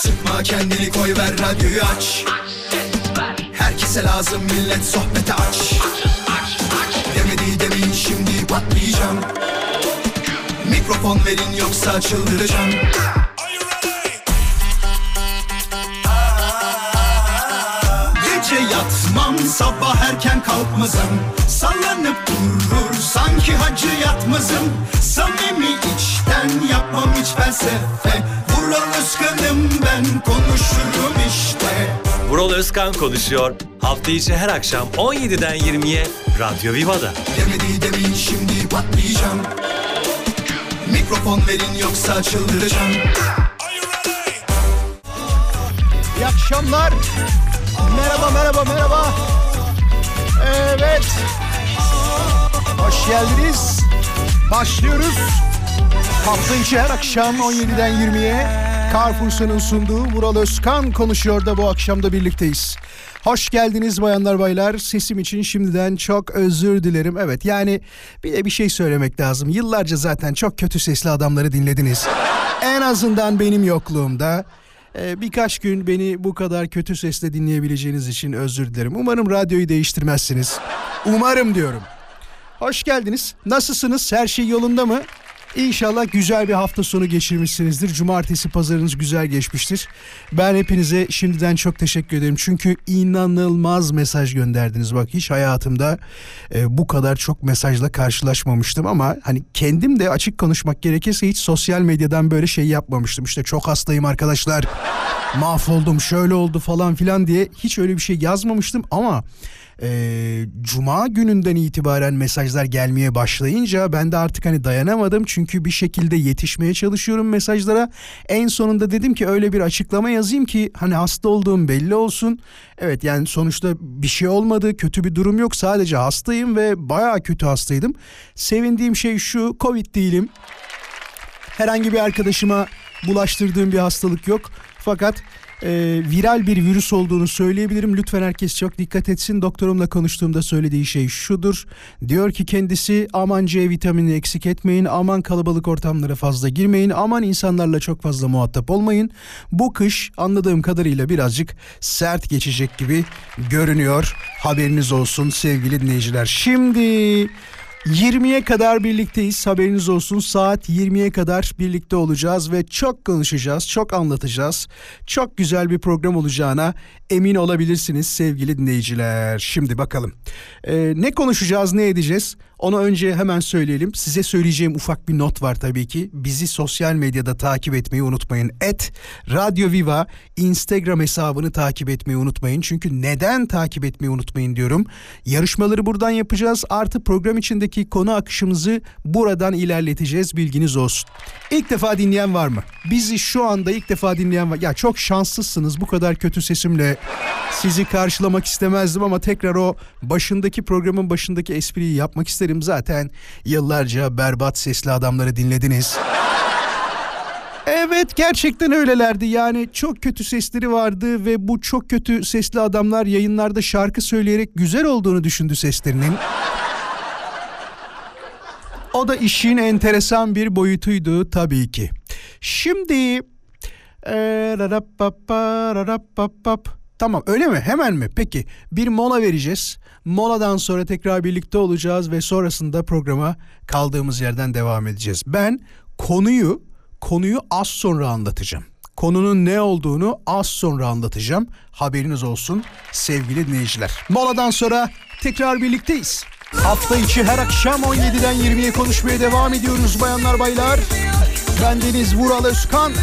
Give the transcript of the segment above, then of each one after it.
Sıkma kendini, koy ver radyoyu aç. Herkese lazım millet, sohbete aç. Demedi demeyin, şimdi patlayacağım. Mikrofon verin yoksa çıldıracağım. Gece yatmam, sabah erken kalkmazım. Sallanıp durur sanki hacı yatmazım. Samimi içten yapmam hiç felsefe. Vural Özkan'ım ben, konuşurum işte. Vural Özkan konuşuyor. Hafta içi her akşam 17'den 20'ye Radyo Viva'da. Demedi demeyin, şimdi patlayacağım. Mikrofon verin yoksa çıldıracağım. İyi akşamlar. Merhaba. Evet. Hoş geldiniz. Başlıyoruz. Hafta içi her akşam 17'den 20'ye Carrefour'un sunduğu Vural Özkan konuşuyor da bu akşam da birlikteyiz. Hoş geldiniz bayanlar baylar. Sesim için şimdiden çok özür dilerim. Evet, yani bir de bir şey söylemek lazım. Yıllarca zaten çok kötü sesli adamları dinlediniz. En azından benim yokluğumda birkaç gün beni bu kadar kötü sesle dinleyebileceğiniz için özür dilerim. Umarım radyoyu değiştirmezsiniz. Umarım diyorum. Hoş geldiniz. Nasılsınız? Her şey yolunda mı? İnşallah güzel bir hafta sonu geçirmişsinizdir. Cumartesi pazarınız güzel geçmiştir. Ben hepinize şimdiden çok teşekkür ederim. Çünkü inanılmaz mesaj gönderdiniz. Bak, hiç hayatımda bu kadar çok mesajla karşılaşmamıştım. Ama hani kendim de açık konuşmak gerekirse hiç sosyal medyadan böyle şey yapmamıştım. İşte çok hastayım arkadaşlar, mahvoldum, şöyle oldu falan filan diye hiç öyle bir şey yazmamıştım. Ama Cuma gününden itibaren mesajlar gelmeye başlayınca ben de artık hani dayanamadım. Çünkü bir şekilde yetişmeye çalışıyorum mesajlara. En sonunda dedim ki öyle bir açıklama yazayım ki hani hasta olduğum belli olsun. Evet, yani sonuçta bir şey olmadı, kötü bir durum yok, sadece hastayım ve bayağı kötü hastaydım. Sevindiğim şey şu, Covid değilim. Herhangi bir arkadaşıma bulaştırdığım bir hastalık yok. Fakat viral bir virüs olduğunu söyleyebilirim. Lütfen herkes çok dikkat etsin. Doktorumla konuştuğumda söylediği şey şudur. Diyor ki kendisi, aman C vitamini eksik etmeyin, aman kalabalık ortamlara fazla girmeyin, aman insanlarla çok fazla muhatap olmayın. Bu kış anladığım kadarıyla birazcık sert geçecek gibi görünüyor. Haberiniz olsun sevgili dinleyiciler. Şimdi 20'ye kadar birlikteyiz, haberiniz olsun. Saat 20'ye kadar birlikte olacağız ve çok konuşacağız, çok anlatacağız. Çok güzel bir program olacağına emin olabilirsiniz sevgili dinleyiciler. Şimdi bakalım ne konuşacağız, ne edeceğiz? Onu önce hemen söyleyelim. Size söyleyeceğim ufak bir not var tabii ki. Bizi sosyal medyada takip etmeyi unutmayın. @Radyo Viva Instagram hesabını takip etmeyi unutmayın. Çünkü neden takip etmeyi unutmayın diyorum. Yarışmaları buradan yapacağız. Artı program içindeki konu akışımızı buradan ilerleteceğiz. Bilginiz olsun. İlk defa dinleyen var mı? Bizi şu anda ilk defa dinleyen var. Ya çok şanslısınız. Bu kadar kötü sesimle sizi karşılamak istemezdim ama tekrar o programın başındaki espriyi yapmak isterim. Zaten yıllarca berbat sesli adamları dinlediniz. Evet, gerçekten öylelerdi. Yani çok kötü sesleri vardı ve bu çok kötü sesli adamlar yayınlarda şarkı söyleyerek güzel olduğunu düşündü seslerinin. O da işin enteresan bir boyutuydu tabii ki. Şimdi tamam, öyle mi? Hemen mi? Peki, bir mola vereceğiz. Moladan sonra tekrar birlikte olacağız ve sonrasında programa kaldığımız yerden devam edeceğiz. Ben konuyu az sonra anlatacağım. Konunun ne olduğunu az sonra anlatacağım. Haberiniz olsun sevgili dinleyiciler. Moladan sonra tekrar birlikteyiz. Hafta içi her akşam 17'den 20'ye konuşmaya devam ediyoruz bayanlar baylar. Bendeniz Vural Özkan.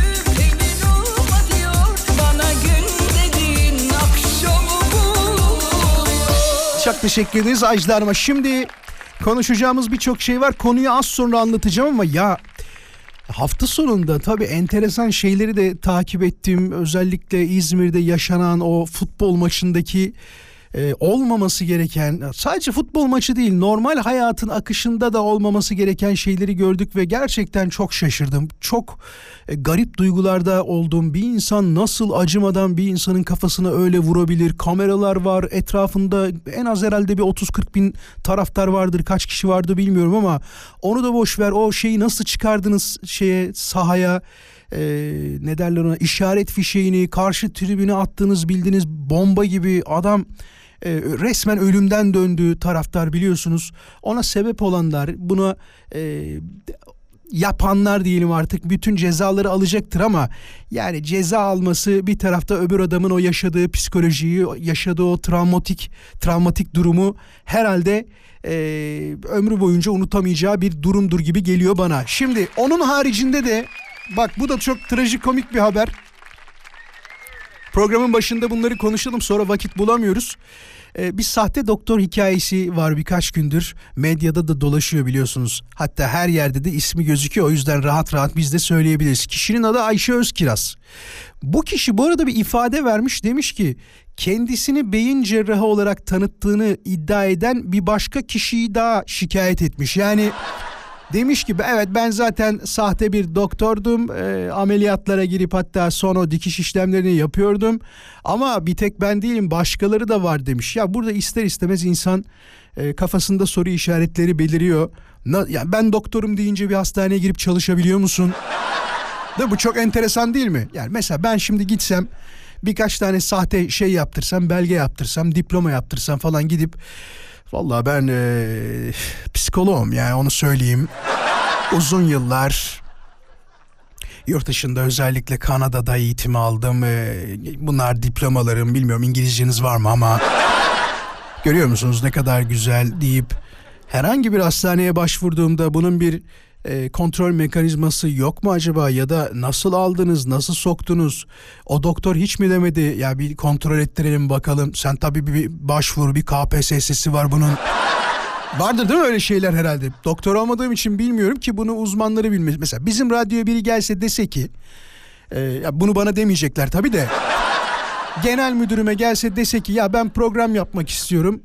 Çok teşekkür ederiz Ajda Hanım'a. Şimdi konuşacağımız birçok şey var. Konuyu az sonra anlatacağım ama ya hafta sonunda tabii enteresan şeyleri de takip ettim. Özellikle İzmir'de yaşanan o futbol maçındaki olmaması gereken, sadece futbol maçı değil, normal hayatın akışında da olmaması gereken şeyleri gördük ve gerçekten çok şaşırdım. Çok garip duygularda olduğum, bir insan nasıl acımadan bir insanın kafasına öyle vurabilir? Kameralar var etrafında, en az herhalde bir 30-40 bin taraftar vardır, kaç kişi vardı bilmiyorum ama onu da boş ver. O şeyi nasıl çıkardınız sahaya? ne derler ona, işaret fişeğini karşı tribüne attığınız bildiğiniz bomba gibi adam resmen ölümden döndü taraftar, biliyorsunuz. Ona sebep olanlar, buna yapanlar diyelim artık bütün cezaları alacaktır ama yani ceza alması bir tarafta, öbür adamın o yaşadığı psikolojiyi, yaşadığı o travmatik durumu herhalde ömrü boyunca unutamayacağı bir durumdur gibi geliyor bana. Şimdi onun haricinde de bak, bu da çok trajikomik bir haber. Programın başında bunları konuşalım, sonra vakit bulamıyoruz. Bir sahte doktor hikayesi var birkaç gündür. Medyada da dolaşıyor biliyorsunuz. Hatta her yerde de ismi gözüküyor. O yüzden rahat rahat biz de söyleyebiliriz. Kişinin adı Ayşe Özkiraz. Bu kişi bu arada bir ifade vermiş. Demiş ki kendisini beyin cerrahı olarak tanıttığını iddia eden bir başka kişiyi daha şikayet etmiş. Yani demiş ki evet, ben zaten sahte bir doktordum, ameliyatlara girip hatta son o dikiş işlemlerini yapıyordum ama bir tek ben değilim, başkaları da var demiş. Ya burada ister istemez insan kafasında soru işaretleri beliriyor. Ya ben doktorum deyince bir hastaneye girip çalışabiliyor musun? Bu çok enteresan değil mi? Yani mesela ben şimdi gitsem birkaç tane sahte şey yaptırsam, belge yaptırsam, diploma yaptırsam falan, gidip vallahi ben psikoloğum, yani onu söyleyeyim. Uzun yıllar yurt dışında, özellikle Kanada'da eğitim aldım. Bunlar diplomalarım, bilmiyorum İngilizceniz var mı ama görüyor musunuz ne kadar güzel deyip herhangi bir hastaneye başvurduğumda bunun bir kontrol mekanizması yok mu acaba, ya da nasıl aldınız, nasıl soktunuz? O doktor hiç mi demedi ya bir kontrol ettirelim bakalım, sen tabii bir başvur, bir KPSS'si var bunun. Vardır değil mi öyle şeyler herhalde? Doktor olmadığım için bilmiyorum ki, bunu uzmanları bilmez. Mesela bizim radyoya biri gelse dese ki ya bunu bana demeyecekler tabii de, genel müdürüme gelse dese ki ya ben program yapmak istiyorum,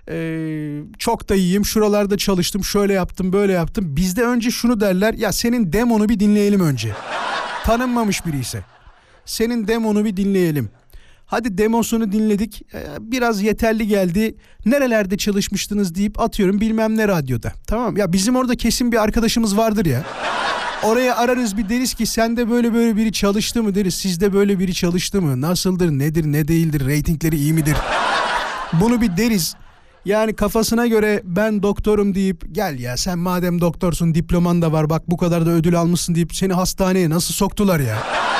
çok da iyiyim, şuralarda çalıştım, şöyle yaptım, böyle yaptım. Bizde önce şunu derler, ya senin demonu bir dinleyelim önce. Tanınmamış biri ise senin demonu bir dinleyelim. Hadi demosunu dinledik, biraz yeterli geldi, nerelerde çalışmıştınız deyip atıyorum bilmem ne radyoda. Tamam ya, bizim orada kesin bir arkadaşımız vardır ya. Oraya ararız, bir deriz ki sende böyle biri çalıştı mı deriz, sizde böyle biri çalıştı mı, nasıldır, nedir, ne değildir, reytingleri iyi midir, bunu bir deriz. Yani kafasına göre ben doktorum deyip gel ya sen madem doktorsun, diploman da var, bak bu kadar da ödül almışsın deyip seni hastaneye nasıl soktular ya?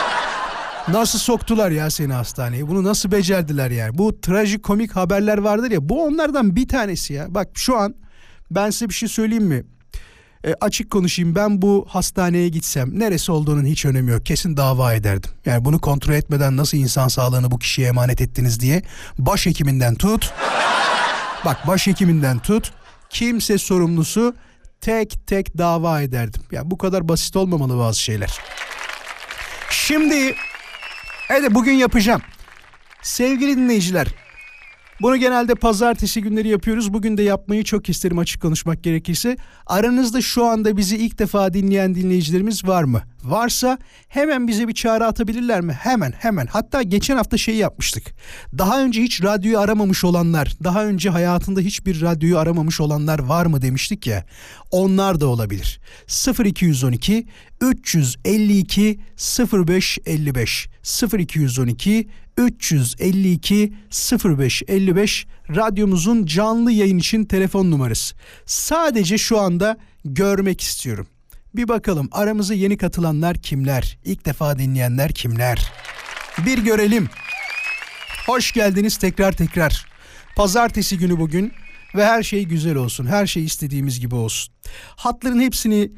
Nasıl soktular ya seni hastaneye? Bunu nasıl becerdiler yani? Bu trajikomik haberler vardır ya, bu onlardan bir tanesi ya. Bak şu an ben size bir şey söyleyeyim mi? Açık konuşayım, ben bu hastaneye gitsem, neresi olduğunun hiç önemi yok, kesin dava ederdim. Yani bunu kontrol etmeden nasıl insan sağlığını bu kişiye emanet ettiniz diye başhekiminden tut... Bak başhekiminden tut, kimse sorumlusu, tek tek dava ederdim. Ya bu kadar basit olmamalı bazı şeyler. Şimdi evet, bugün yapacağım. Sevgili dinleyiciler, bunu genelde pazartesi günleri yapıyoruz. Bugün de yapmayı çok isterim, açık konuşmak gerekirse. Aranızda şu anda bizi ilk defa dinleyen dinleyicilerimiz var mı? Varsa hemen bize bir çağrı atabilirler mi? Hemen. Hatta geçen hafta şey yapmıştık. Daha önce hiç radyoyu aramamış olanlar, daha önce hayatında hiçbir radyoyu aramamış olanlar var mı demiştik ya. Onlar da olabilir. 0212 352 0555 0212 352 0555 radyomuzun canlı yayın için telefon numarası. Sadece şu anda görmek istiyorum. Bir bakalım aramıza yeni katılanlar kimler? İlk defa dinleyenler kimler? Bir görelim. Hoş geldiniz tekrar. Pazartesi günü bugün ve her şey güzel olsun. Her şey istediğimiz gibi olsun. Hatların hepsini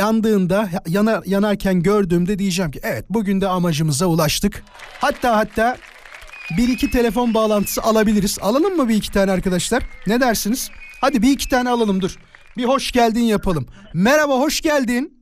yanarken gördüğümde diyeceğim ki evet, bugün de amacımıza ulaştık. Hatta bir iki telefon bağlantısı alabiliriz. Alalım mı bir iki tane arkadaşlar? Ne dersiniz? Hadi bir iki tane alalım, dur. Bir hoş geldin yapalım. Merhaba, hoş geldin.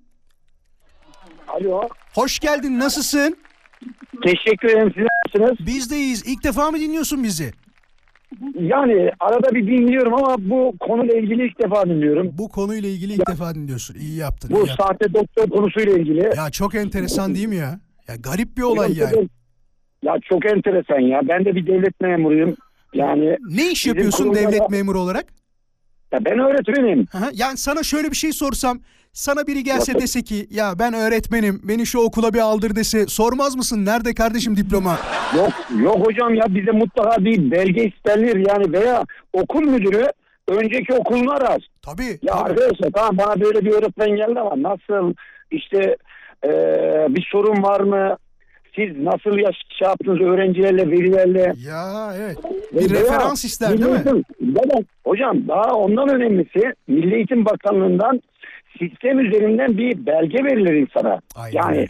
Alo. Hoş geldin, nasılsın? Teşekkür ederim, siz nasılsınız? Biz de iyiyiz. İlk defa mı dinliyorsun bizi? Yani arada bir dinliyorum ama bu konuyla ilgili ilk defa dinliyorum. Bu konuyla ilgili ilk defa dinliyorsun. İyi yaptın. Bu sahte doktor konusuyla ilgili. Ya çok enteresan değil mi ya? Ya garip bir olay yani. Ya çok enteresan ya. Ben de bir devlet memuruyum. Yani ne iş yapıyorsun devlet memuru olarak? Ya ben öğretmenim. Yani sana şöyle bir şey sorsam, Sana biri gelse dese ki ya ben öğretmenim, beni şu okula bir aldır dese sormaz mısın? Nerede kardeşim diploma? Yok hocam ya, bize mutlaka bir belge istenir yani, veya okul müdürü önceki okulunu arar. Tabii. Ya tabii. arkadaşlar, tamam, bana böyle bir öğretmen geldi ama nasıl işte bir sorun var mı? Siz nasıl şey yaptınız öğrencilerle, velilerle? Ya evet. Bir referans ister değil mi? Hocam daha ondan önemlisi, Milli Eğitim Bakanlığı'ndan sistem üzerinden bir belge verilir insana. Aynen. Yani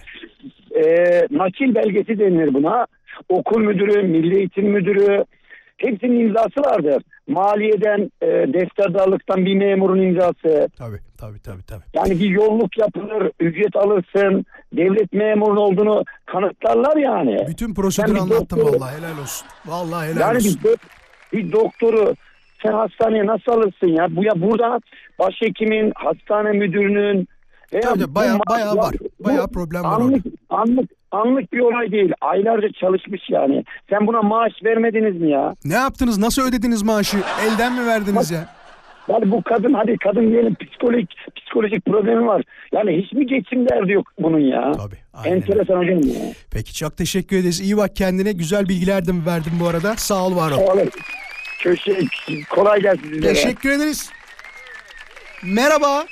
nakil belgesi denilir buna. Okul müdürü, Milli Eğitim Müdürü, hepsinin imzası vardır. Maliyeden, defterdarlıktan bir memurun imzası. Tabii. Yani bir yolluk yapılır, ücret alırsın, devlet memurun olduğunu kanıtlarlar yani. Bütün prosedürü anlattım vallahi, helal olsun. Vallahi helal yani olsun. bir doktoru sen hastaneye nasıl alırsın ya? Burada başhekimin, hastane müdürünün Tabii bayağı var. Bayağı problem var orada. Anlık bir olay değil. Aylarca çalışmış yani. Sen buna maaş vermediniz mi ya? Ne yaptınız? Nasıl ödediniz maaşı? Elden mi verdiniz ya? Yani bu kadın diyelim psikolojik problemi var. Yani hiç mi geçim derdi yok bunun ya? Tabii. Aynen. Enteresan hocam ya. Peki çok teşekkür ederiz. İyi bak kendine. Güzel bilgiler de verdim bu arada. Sağ ol, var ol. Kolay gelsin size. Teşekkür ederiz. Merhaba.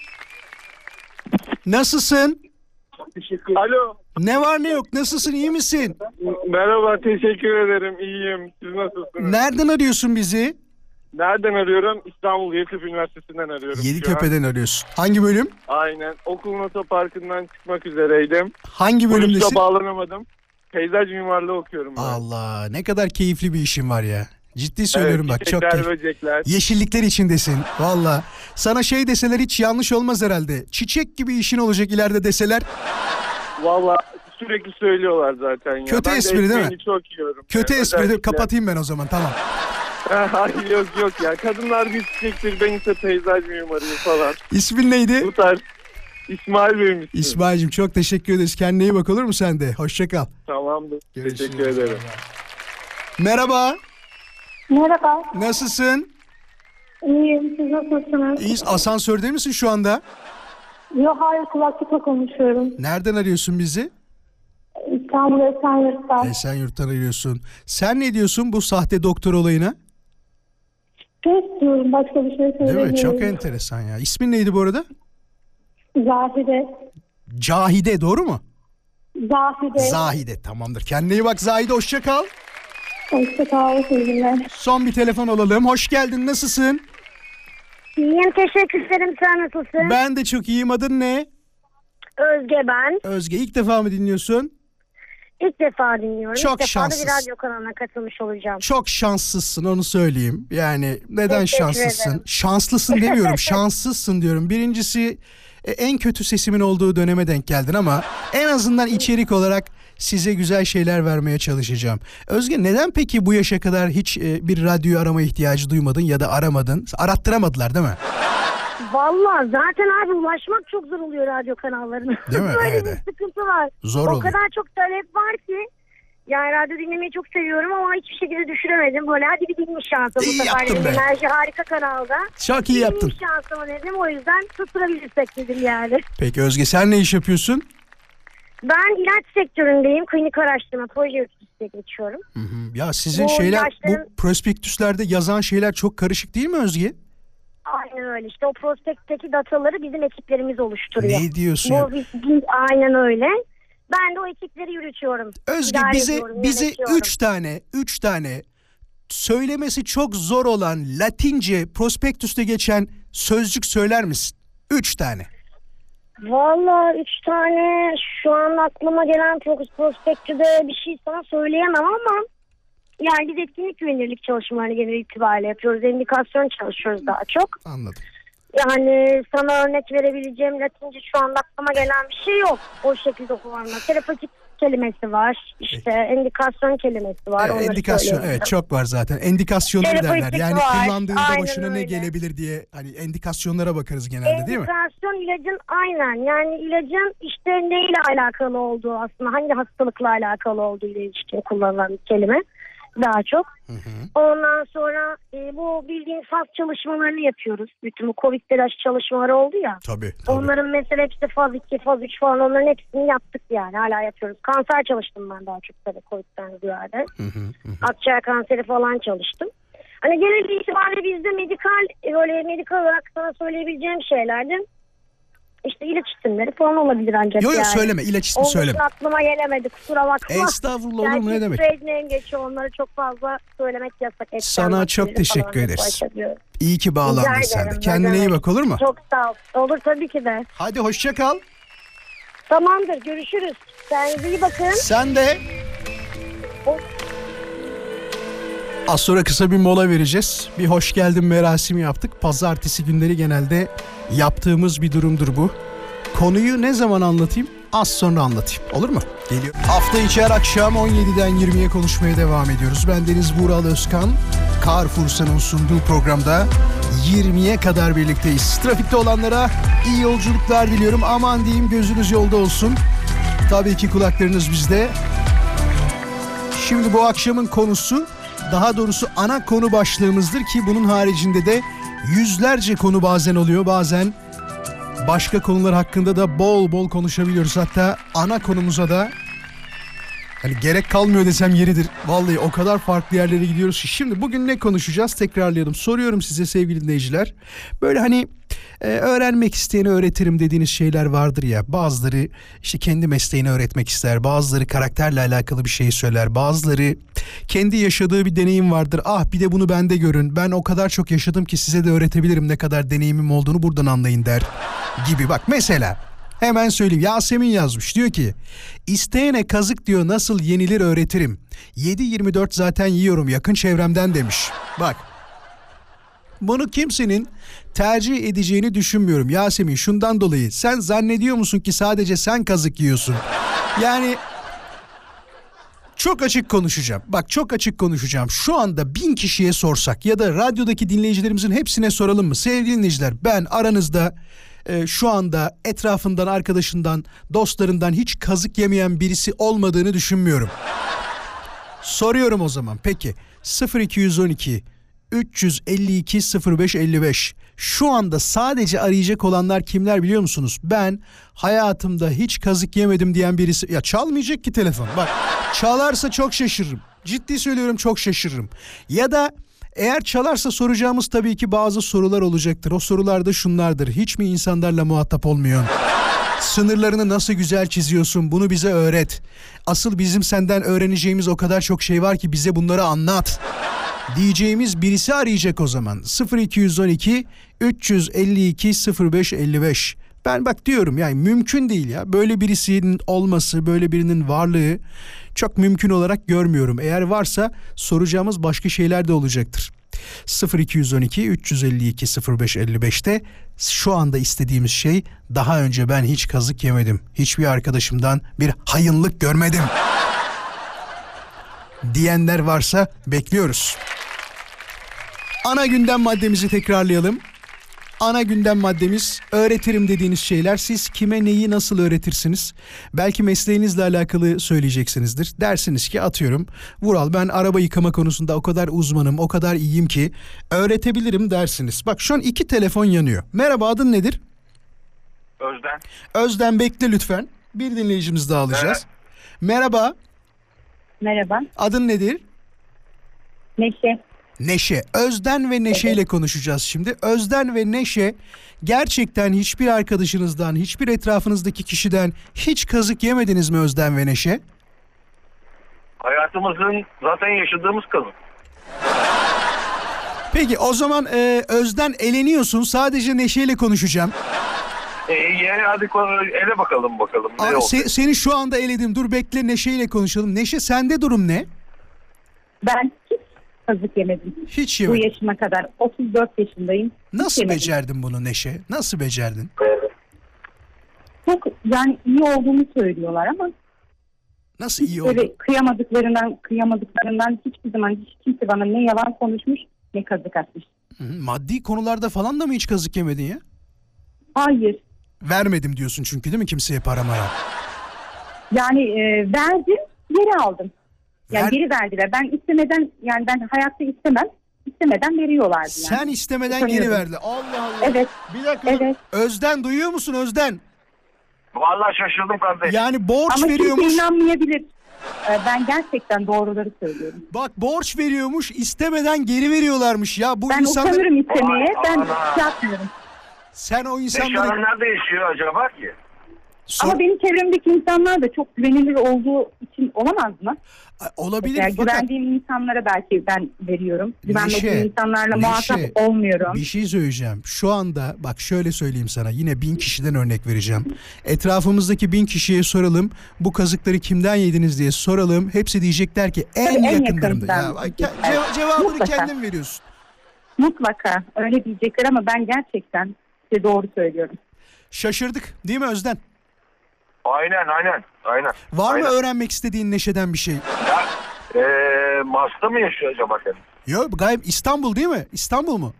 Nasılsın? Alo. Ne var ne yok? Nasılsın? İyi misin? Merhaba, teşekkür ederim. İyiyim. Siz nasılsınız? Nereden arıyorsun bizi? Nereden arıyorum? İstanbul Yeditepe Üniversitesi'nden arıyorum. Yeditepe'den arıyorsun. Hangi bölüm? Aynen. Okulun otoparkından çıkmak üzereydim. Hangi bölümdesin? Sonuçta bağlanamadım. Peyzaj mimarlığı okuyorum ben. Allah, ne kadar keyifli bir işin var ya. Ciddi söylüyorum Evet, bak, çok çiçekler, keyifli. böcekler. Yeşillikler içindesin valla. Sana şey deseler hiç yanlış olmaz herhalde. Çiçek gibi işin olacak ileride deseler. Valla sürekli söylüyorlar zaten ya. Kötü ben espri de değil mi? ekmeğini çok yiyorum. Kötü Yani espri özellikle- kapatayım ben o zaman, tamam. Hayır, yok ya. Kadınlar bir çiçektir, ben ise peyzaj mimarıyım falan. İsmin neydi? Bu tarz. İsmail benim ismim. İsmail'cim çok teşekkür ederiz. Kendine iyi bak, olur mu sen de? Hoşça kal. Tamamdır. Görüşürüz. Teşekkür ederim. Merhaba. Merhaba, Nasılsın? iyiyim. Siz nasılsınız? İyiyiz. Asansörde misin şu anda? Yok, hayır, kulaklıkla konuşuyorum. Nereden arıyorsun bizi? İstanbul Esenyurt'tan. Esenyurt'tan arıyorsun. Sen ne diyorsun bu sahte doktor olayına? Test diyorum, başka bir şey Değil söylemiyorum. mi? Çok enteresan ya. İsmin neydi bu arada? Zahide. Cahide, doğru mu? Zahide. Zahide, tamamdır. Kendine iyi bak Zahide, hoşça kal. Hoşça kal, sevgiler. Son bir telefon alalım. Hoş geldin, nasılsın? İyiyim, teşekkür ederim. Sen nasılsın? Ben de çok iyiyim. Adın ne? Özge ben. Özge, ilk defa mı dinliyorsun? İlk defa dinliyorum. Çok İlk defa da şanslısın. bir radyo kanalına katılmış olacağım. Çok şanslısın, onu söyleyeyim. Yani neden Teşekkür şanslısın? ederim. Şanslısın demiyorum, şanslısın diyorum. Birincisi en kötü sesimin olduğu döneme denk geldin ama en azından içerik olarak size güzel şeyler vermeye çalışacağım. Özge, neden peki bu yaşa kadar hiç bir radyo arama ihtiyacı duymadın ya da aramadın? Arattıramadılar değil mi? Vallahi zaten abi ulaşmak çok zor oluyor radyo kanallarına. Değil mi? Böyle Evet. bir sıkıntı var. Zor o oluyor. kadar çok talep var ki. Yani radyo dinlemeyi çok seviyorum ama hiçbir şekilde düşüremedim. Böyle hadi bir dinle şansı. İyi Bu sefer yaptın dedim, be. Enerji harika kanalda. Çok iyi yaptın. Dinle şansımı dedim. O yüzden tutturabilirsek dedim yani. Peki Özge, sen ne iş yapıyorsun? Ben ilaç sektöründeyim. Klinik araştırma proje yöneticisiyle geçiyorum. Ya sizin Bu şeyler, ilaçların- bu prospektüslerde yazan şeyler çok karışık değil mi Özge? Aynen öyle. İşte o prospektteki dataları bizim ekiplerimiz oluşturuyor. Ne diyorsun ya? Aynen öyle. Ben de o ekipleri yürütüyorum. Özge, İdare bize ediyorum, bize yönetiyorum. 3 tane söylemesi çok zor olan Latince prospektüste geçen sözcük söyler misin? 3 tane. Valla 3 tane şu an aklıma gelen prospektüde bir şey sana söyleyemem ama yani biz etkinlik güvenilirlik çalışmalarını genel itibariyle yapıyoruz. Endikasyon çalışıyoruz daha çok. Anladım. Yani sana örnek verebileceğim Latince şu anda aklıma gelen bir şey yok. O şekilde kullanma. Terapatik kelimesi var. İşte endikasyon kelimesi var. Onları Endikasyon, söylüyorum. evet, çok var zaten. Endikasyonları Terapetik derler. Yani var. kullandığında Aynen başına ne öyle. gelebilir diye hani endikasyonlara bakarız genelde, değil mi? Endikasyon ilacın aynen, yani ilacın işte neyle alakalı olduğu, aslında hangi hastalıkla alakalı olduğu ile ilişkin kullanılan bir kelime. daha çok. Ondan sonra bu bildiğin saz çalışmalarını yapıyoruz. Bütün bu Covid telaş çalışmaları oldu ya. Tabii. Onların mesela hepsi faz 2, faz 3 falan, onların hepsini yaptık yani. Hala yapıyoruz. Kanser çalıştım ben daha çok tabii Covid'den ziyade. Akciğer kanseri falan çalıştım. Hani genel itibariyle bizde medikal olarak sana söyleyebileceğim şeylerdi. İşte ilaç isimleri falan olabilir ancak Yok yani. söyleme, ilaç ismi söyleme. Aklıma gelemedi, kusura bakma. Estağfurullah, olur mu, ne demek? Trade geçiyor, onları çok fazla söylemek yasak. Sana çok teşekkür ederiz. İyi ki bağlandın sen de. Kendine iyi bak, olur mu? Çok sağ ol. Olur tabii ki de. Hadi hoşça kal. Tamamdır, görüşürüz. Kendinize iyi bakın. Sen de. Az sonra kısa bir mola vereceğiz. Bir hoş geldin merasimi yaptık. Pazartesi günleri genelde yaptığımız bir durumdur bu. Konuyu ne zaman anlatayım? Az sonra anlatayım. Olur mu? Geliyor. Hafta içi her akşam 17'den 20'ye konuşmaya devam ediyoruz. Ben Deniz Vural Özkan. Carrefour'un sunduğu programda 20'ye kadar birlikteyiz. Trafikte olanlara iyi yolculuklar diliyorum. Aman diyeyim, gözünüz yolda olsun. Tabii ki kulaklarınız bizde. Şimdi bu akşamın konusu, daha doğrusu ana konu başlığımızdır ki bunun haricinde de yüzlerce konu bazen oluyor. Bazen başka konular hakkında da bol bol konuşabiliyoruz. Hatta ana konumuza da hani gerek kalmıyor desem yeridir. Vallahi o kadar farklı yerlere gidiyoruz ki. Şimdi bugün ne konuşacağız? Tekrarlayalım. Soruyorum size sevgili dinleyiciler. Böyle hani öğrenmek isteyeni öğretirim dediğiniz şeyler vardır ya. Bazıları işte kendi mesleğini öğretmek ister. Bazıları karakterle alakalı bir şey söyler. Bazıları kendi yaşadığı bir deneyim vardır. Ah bir de bunu bende görün. Ben o kadar çok yaşadım ki size de öğretebilirim, ne kadar deneyimim olduğunu buradan anlayın der gibi. Bak mesela hemen söyleyeyim. Yasemin yazmış. Diyor ki isteyene kazık diyor nasıl yenilir öğretirim. 7/24 zaten yiyorum yakın çevremden demiş. Bak. Bunu kimsenin tercih edeceğini düşünmüyorum Yasemin, şundan dolayı. Sen zannediyor musun ki sadece sen kazık yiyorsun? Yani çok açık konuşacağım. Bak çok açık konuşacağım. Şu anda 1000 kişiye sorsak ya da radyodaki dinleyicilerimizin hepsine soralım mı? Sevgili dinleyiciler, ben aranızda şu anda etrafından, arkadaşından, dostlarından hiç kazık yemeyen birisi olmadığını düşünmüyorum. Soruyorum o zaman. Peki 0212 352 0555. Şu anda sadece arayacak olanlar kimler biliyor musunuz? Ben hayatımda hiç kazık yemedim diyen birisi. Ya çalmayacak ki telefon. Bak çalarsa çok şaşırırım. Ciddi söylüyorum, çok şaşırırım. Ya da eğer çalarsa soracağımız tabii ki bazı sorular olacaktır. O sorular da şunlardır. Hiç mi insanlarla muhatap olmuyorsun? Sınırlarını nasıl güzel çiziyorsun? Bunu bize öğret. Asıl bizim senden öğreneceğimiz o kadar çok şey var ki bize bunları anlat diyeceğimiz birisi arayacak o zaman. 0212 352 0555. Ben bak diyorum yani mümkün değil ya. Böyle birisinin olması, böyle birinin varlığı çok mümkün olarak görmüyorum. Eğer varsa soracağımız başka şeyler de olacaktır. 0212 352 0555'te şu anda istediğimiz şey, daha önce ben hiç kazık yemedim, hiçbir arkadaşımdan bir hayınlık görmedim diyenler varsa bekliyoruz. Ana gündem maddemizi tekrarlayalım. Ana gündem maddemiz öğretirim dediğiniz şeyler. Siz kime neyi nasıl öğretirsiniz? Belki mesleğinizle alakalı söyleyeceksinizdir. Dersiniz ki atıyorum Vural, ben araba yıkama konusunda o kadar uzmanım, o kadar iyiyim ki öğretebilirim dersiniz. Bak şu an 2 telefon yanıyor. Merhaba, adın nedir? Özden. Özden bekle lütfen. Bir dinleyicimiz daha alacağız. Evet. Merhaba. Merhaba. Adın nedir? Neşe. Neşe. Özden ve Neşe ile konuşacağız şimdi. Özden ve Neşe, gerçekten hiçbir arkadaşınızdan, hiçbir etrafınızdaki kişiden hiç kazık yemediniz mi Özden ve Neşe? Hayatımızın zaten yaşadığımız kazık. Peki o zaman Özden eleniyorsun. Sadece Neşe ile konuşacağım. Yani hadi ele bakalım. Seni şu anda eledim. Dur bekle, Neşe ile konuşalım. Neşe, sende durum ne? Ben hiç kazık yemedim. Hiç yemedim. Bu yaşıma kadar 34 yaşındayım. Nasıl becerdin bunu Neşe? Nasıl becerdin? Çok yani iyi olduğunu söylüyorlar ama nasıl iyi oldu? Böyle kıyamadıklarından hiçbir zaman hiç kimse bana ne yalan konuşmuş ne kazık atmış. Maddi konularda falan da mı hiç kazık yemedin ya? Hayır. Vermedim diyorsun çünkü, değil mi kimseye para mara? Yani verdim, geri aldım. Yani geri verdiler. Ben istemeden, yani ben hayatta istemem. İstemeden veriyorlardı yani. Sen istemeden geri verdi. Allah Allah. Evet. Bir dakika. Evet. Özden, duyuyor musun Özden? Vallahi şaşırdım kardeş. Yani borç Ama veriyormuş. kimse inanmayabilir. Ben gerçekten doğruları söylüyorum. Bak, borç veriyormuş, istemeden geri veriyorlarmış ya. Bu Ben insanlar... utanırım istemeye. Ben Ana. yapmıyorum. Sen o Şu insanları... an nerede yaşıyor acaba ki? Ama benim çevremdeki insanlar da çok güvenilir olduğu için olamaz mı? Olabilir Yani fakat... güvendiğim insanlara belki ben veriyorum. Güvenmediğim Neşe, insanlarla muhatap Neşe, olmuyorum. Bir şey söyleyeceğim. Şu anda bak şöyle söyleyeyim sana. Yine 1000 kişiden örnek vereceğim. Etrafımızdaki 1000 kişiye soralım. Bu kazıkları kimden yediniz diye soralım. Hepsi diyecekler ki en Tabii en yakınlarımda. Ya, yakınlarım. cevabını Mutlaka. kendin veriyorsun. Mutlaka öyle diyecekler ama ben gerçekten size doğru söylüyorum. Şaşırdık değil mi Özden? Aynen. Var Aynen. mı öğrenmek istediğin Neşe'den bir şey? Mars'ta mı yaşıyor acaba kendisi? Yok, gayet İstanbul değil mi? İstanbul mu?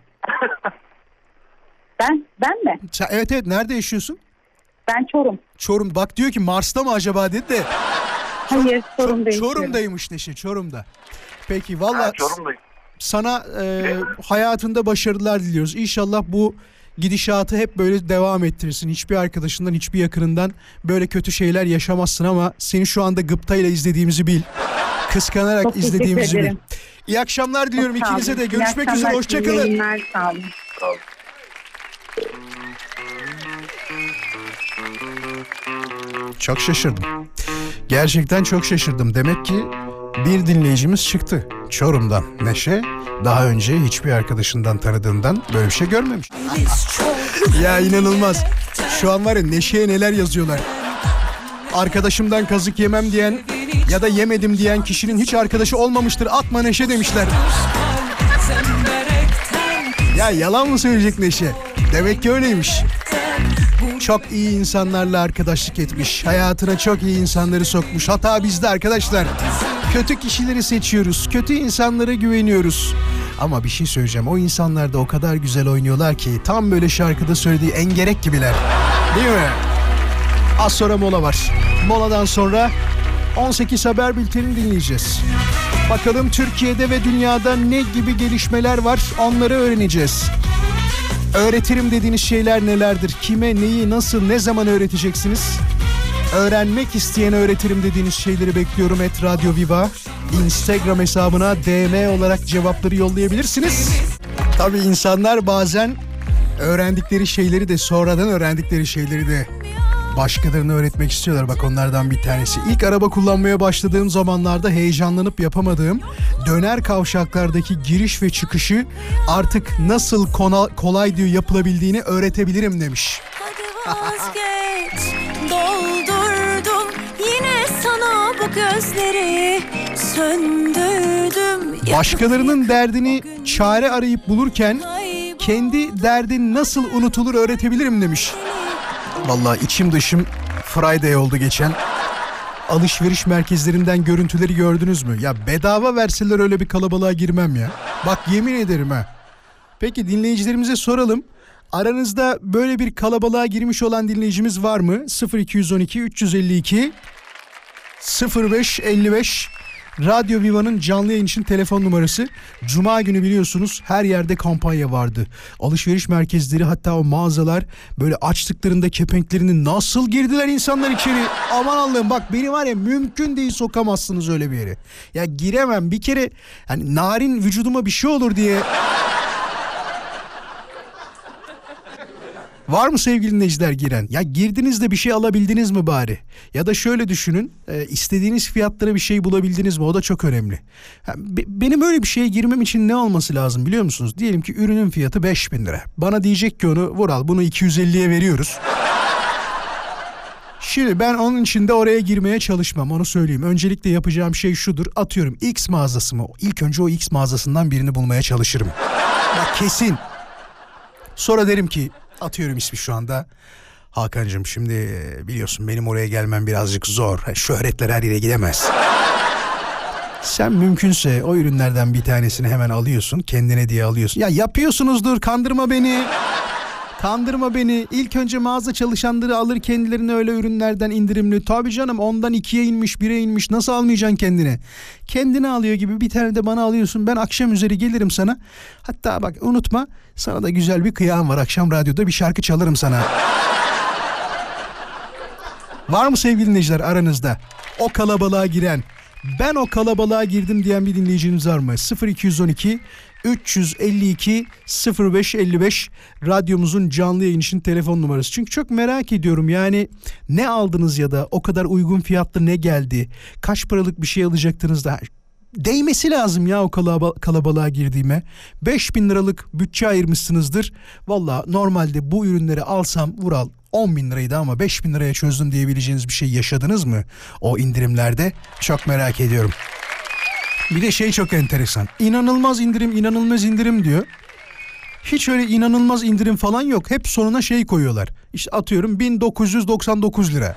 Ben mi? Evet, nerede yaşıyorsun? Ben Çorum. Çorum. Bak diyor ki Mars'ta mı acaba dedi de. Hayır, Çorum'dayım. Çorum'daymış Neşe, Çorum'da. Peki valla Çorum'dayım. sana hayatında başarılar diliyoruz. İnşallah bu gidişatı hep böyle devam ettirirsin. Hiçbir arkadaşından, hiçbir yakınından böyle kötü şeyler yaşamazsın ama seni şu anda gıptayla izlediğimizi bil. Kıskanarak Çok teşekkür izlediğimizi bil. ederim. İyi akşamlar diliyorum Çok sağ ikinize olun. de. Görüşmek İyi üzere. akşamlar, Hoşçakalın. iyi yayınlar, sağ olun. Çok şaşırdım. Gerçekten çok şaşırdım. Demek ki bir dinleyicimiz çıktı Çorum'dan. Neşe daha önce hiçbir arkadaşından tanıdığından böyle bir şey görmemiş. Ya inanılmaz. Şu an var ya Neşe'ye neler yazıyorlar. Arkadaşımdan kazık yemem diyen ya da yemedim diyen kişinin hiç arkadaşı olmamıştır. Atma Neşe demişler. Ya yalan mı söyleyecek Neşe? Demek ki öyleymiş. Çok iyi insanlarla arkadaşlık etmiş. Hayatına çok iyi insanları sokmuş. Hata bizde arkadaşlar. Kötü kişileri seçiyoruz. Kötü insanlara güveniyoruz. Ama bir şey söyleyeceğim. O insanlar da o kadar güzel oynuyorlar ki tam böyle şarkıda söylediği engerek gibiler. Değil mi? Az sonra mola var. Moladan sonra 18 haber bültenini dinleyeceğiz. Bakalım Türkiye'de ve dünyada ne gibi gelişmeler var, onları öğreneceğiz. Öğretirim dediğiniz şeyler nelerdir? Kime, neyi, nasıl, ne zaman öğreteceksiniz? Öğrenmek isteyen öğretirim dediğiniz şeyleri bekliyorum. @Radyo Viva Instagram hesabına DM olarak cevapları yollayabilirsiniz. Tabii insanlar bazen öğrendikleri şeyleri de, sonradan öğrendikleri şeyleri de başkalarına öğretmek istiyorlar. Bak onlardan bir tanesi. İlk araba kullanmaya başladığım zamanlarda heyecanlanıp yapamadığım döner kavşaklardaki giriş ve çıkışı artık nasıl kolay diyor yapılabildiğini öğretebilirim demiş. Hadi vazgeç, doldurdum yine sana bu gözleri, söndürdüm. Başkalarının derdini çare arayıp bulurken kendi derdin nasıl unutulur öğretebilirim demiş. Vallahi içim dışım Friday oldu geçen. Alışveriş merkezlerinden görüntüleri gördünüz mü? Ya bedava verseler öyle bir kalabalığa girmem ya. Bak yemin ederim ha. Peki dinleyicilerimize soralım. Aranızda böyle bir kalabalığa girmiş olan dinleyicimiz var mı? 0212 352 0555 Radyo Viva'nın canlı yayın için telefon numarası. Cuma günü biliyorsunuz her yerde kampanya vardı. Alışveriş merkezleri, hatta o mağazalar böyle açtıklarında kepenklerini nasıl girdiler insanlar içeri. Aman Allah'ım, bak beni var ya mümkün değil sokamazsınız öyle bir yere. Ya giremem bir kere, hani narin vücuduma bir şey olur diye. Var mı sevgili dinleyiciler giren? Ya girdiniz de bir şey alabildiniz mi bari? Ya da şöyle düşünün, istediğiniz fiyatlara bir şey bulabildiniz mi? O da çok önemli. Benim öyle bir şeye girmem için ne olması lazım biliyor musunuz? Diyelim ki ürünün fiyatı 5.000 lira. Bana diyecek ki onu Vural bunu 250'ye veriyoruz. Şimdi ben onun için de oraya girmeye çalışmam, onu söyleyeyim. Öncelikle yapacağım şey şudur. Atıyorum X mağazası mı? İlk önce o X mağazasından birini bulmaya çalışırım. Bak kesin. Sonra derim ki, atıyorum ismi şu anda, Hakan'cığım şimdi biliyorsun benim oraya gelmem birazcık zor. Şöhretler her yere gidemez. Sen mümkünse o ürünlerden bir tanesini hemen alıyorsun, kendine diye alıyorsun. Ya yapıyorsunuzdur, kandırma beni. Kandırma beni. İlk önce mağaza çalışanları alır kendilerine öyle ürünlerden indirimli. Tabii canım, ondan 2'ye inmiş 1'e inmiş, nasıl almayacaksın kendine? Kendini alıyor gibi bir tane de bana alıyorsun. Ben akşam üzeri gelirim sana. Hatta bak unutma, sana da güzel bir kıyağım var. Akşam radyoda bir şarkı çalarım sana. Var mı sevgili dinleyiciler aranızda o kalabalığa giren, ben o kalabalığa girdim diyen bir dinleyiciniz var mı? 0212 352 0555 radyomuzun canlı yayın için telefon numarası. Çünkü çok merak ediyorum, yani ne aldınız ya da o kadar uygun fiyatlı ne geldi? Kaç paralık bir şey alacaktınız da? Değmesi lazım ya o kalabalığa girdiğime. 5.000 liralık bütçe ayırmışsınızdır. Valla normalde bu ürünleri alsam Vural 10.000 liraydı ama 5.000 liraya çözdüm diyebileceğiniz bir şey yaşadınız mı o indirimlerde? Çok merak ediyorum. Bir de şey çok enteresan. İnanılmaz indirim, inanılmaz indirim diyor. Hiç öyle inanılmaz indirim falan yok. Hep sonuna şey koyuyorlar. İşte atıyorum 1999 lira.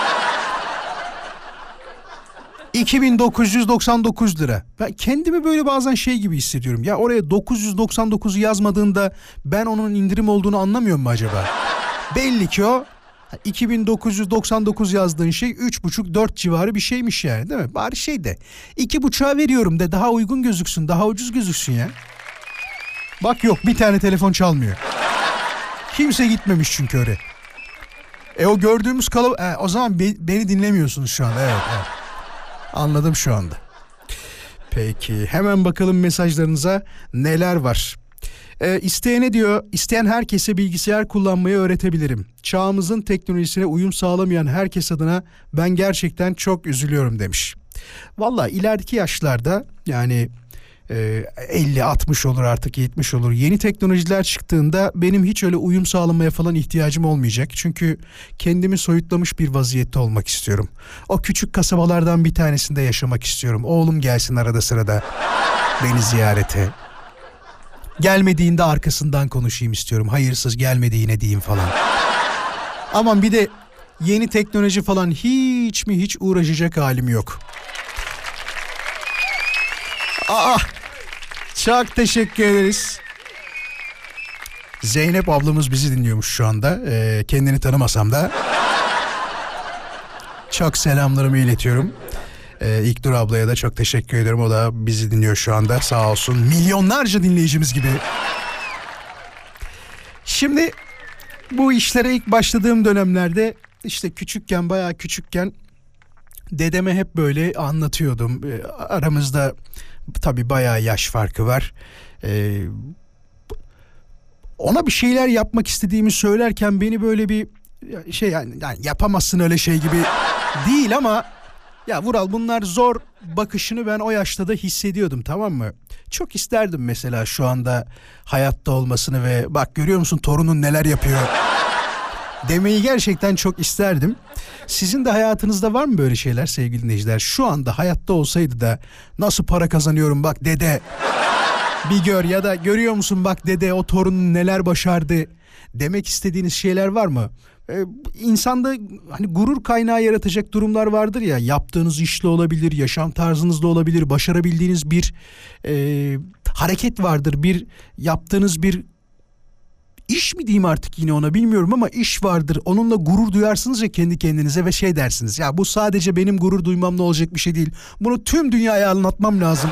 2999 lira. Ben kendimi böyle bazen şey gibi hissediyorum. Ya oraya 999'u yazmadığında ben onun indirim olduğunu anlamıyor mu acaba? Belli ki o 2999 yazdığın şey 3,5-4 civarı bir şeymiş yani, değil mi? Bari şey de 2,5'a veriyorum de, daha uygun gözüksün, daha ucuz gözüksün ya. Bak yok, bir tane telefon çalmıyor. Kimse gitmemiş çünkü öyle. O gördüğümüz o zaman beni dinlemiyorsunuz şu anda. Evet. Anladım şu anda. Peki hemen bakalım mesajlarınıza neler var. İsteyene diyor, isteyen herkese bilgisayar kullanmayı öğretebilirim. Çağımızın teknolojisine uyum sağlamayan herkes adına ben gerçekten çok üzülüyorum demiş. Vallahi ilerideki yaşlarda, yani 50-60 olur artık, 70 olur, yeni teknolojiler çıktığında benim hiç öyle uyum sağlamaya falan ihtiyacım olmayacak. Çünkü kendimi soyutlamış bir vaziyette olmak istiyorum. O küçük kasabalardan bir tanesinde yaşamak istiyorum. Oğlum gelsin arada sırada beni ziyarete. Gelmediğinde arkasından konuşayım istiyorum. Hayırsız gelmedi yine diyeyim falan. Aman bir de yeni teknoloji falan hiç uğraşacak halim yok. Çok teşekkür ederiz. Zeynep ablamız bizi dinliyormuş şu anda. Kendini tanımasam da. Çok selamlarımı iletiyorum. İlknur ablaya da çok teşekkür ederim. O da bizi dinliyor şu anda. Sağ olsun. Milyonlarca dinleyicimiz gibi. Şimdi bu işlere ilk başladığım dönemlerde, işte küçükken, bayağı küçükken dedeme hep böyle anlatıyordum. Aramızda tabii bayağı yaş farkı var. Ona bir şeyler yapmak istediğimi söylerken beni böyle bir şey, yani yapamazsın öyle şey gibi değil ama ya Vural bunlar zor bakışını ben o yaşta da hissediyordum, tamam mı? Çok isterdim mesela şu anda hayatta olmasını ve bak görüyor musun torunun neler yapıyor demeyi gerçekten çok isterdim. Sizin de hayatınızda var mı böyle şeyler sevgili dinleyiciler? Şu anda hayatta olsaydı da nasıl para kazanıyorum bak dede bir gör, ya da görüyor musun bak dede o torunun neler başardı demek istediğiniz şeyler var mı? İnsanda hani gurur kaynağı yaratacak durumlar vardır ya, yaptığınız işle olabilir, yaşam tarzınızla olabilir, başarabildiğiniz bir hareket vardır, bir yaptığınız bir iş mi diyeyim artık yine ona, bilmiyorum ama iş vardır, onunla gurur duyarsınız ya kendi kendinize ve şey dersiniz, ya bu sadece benim gurur duymamla olacak bir şey değil, bunu tüm dünyaya anlatmam lazım.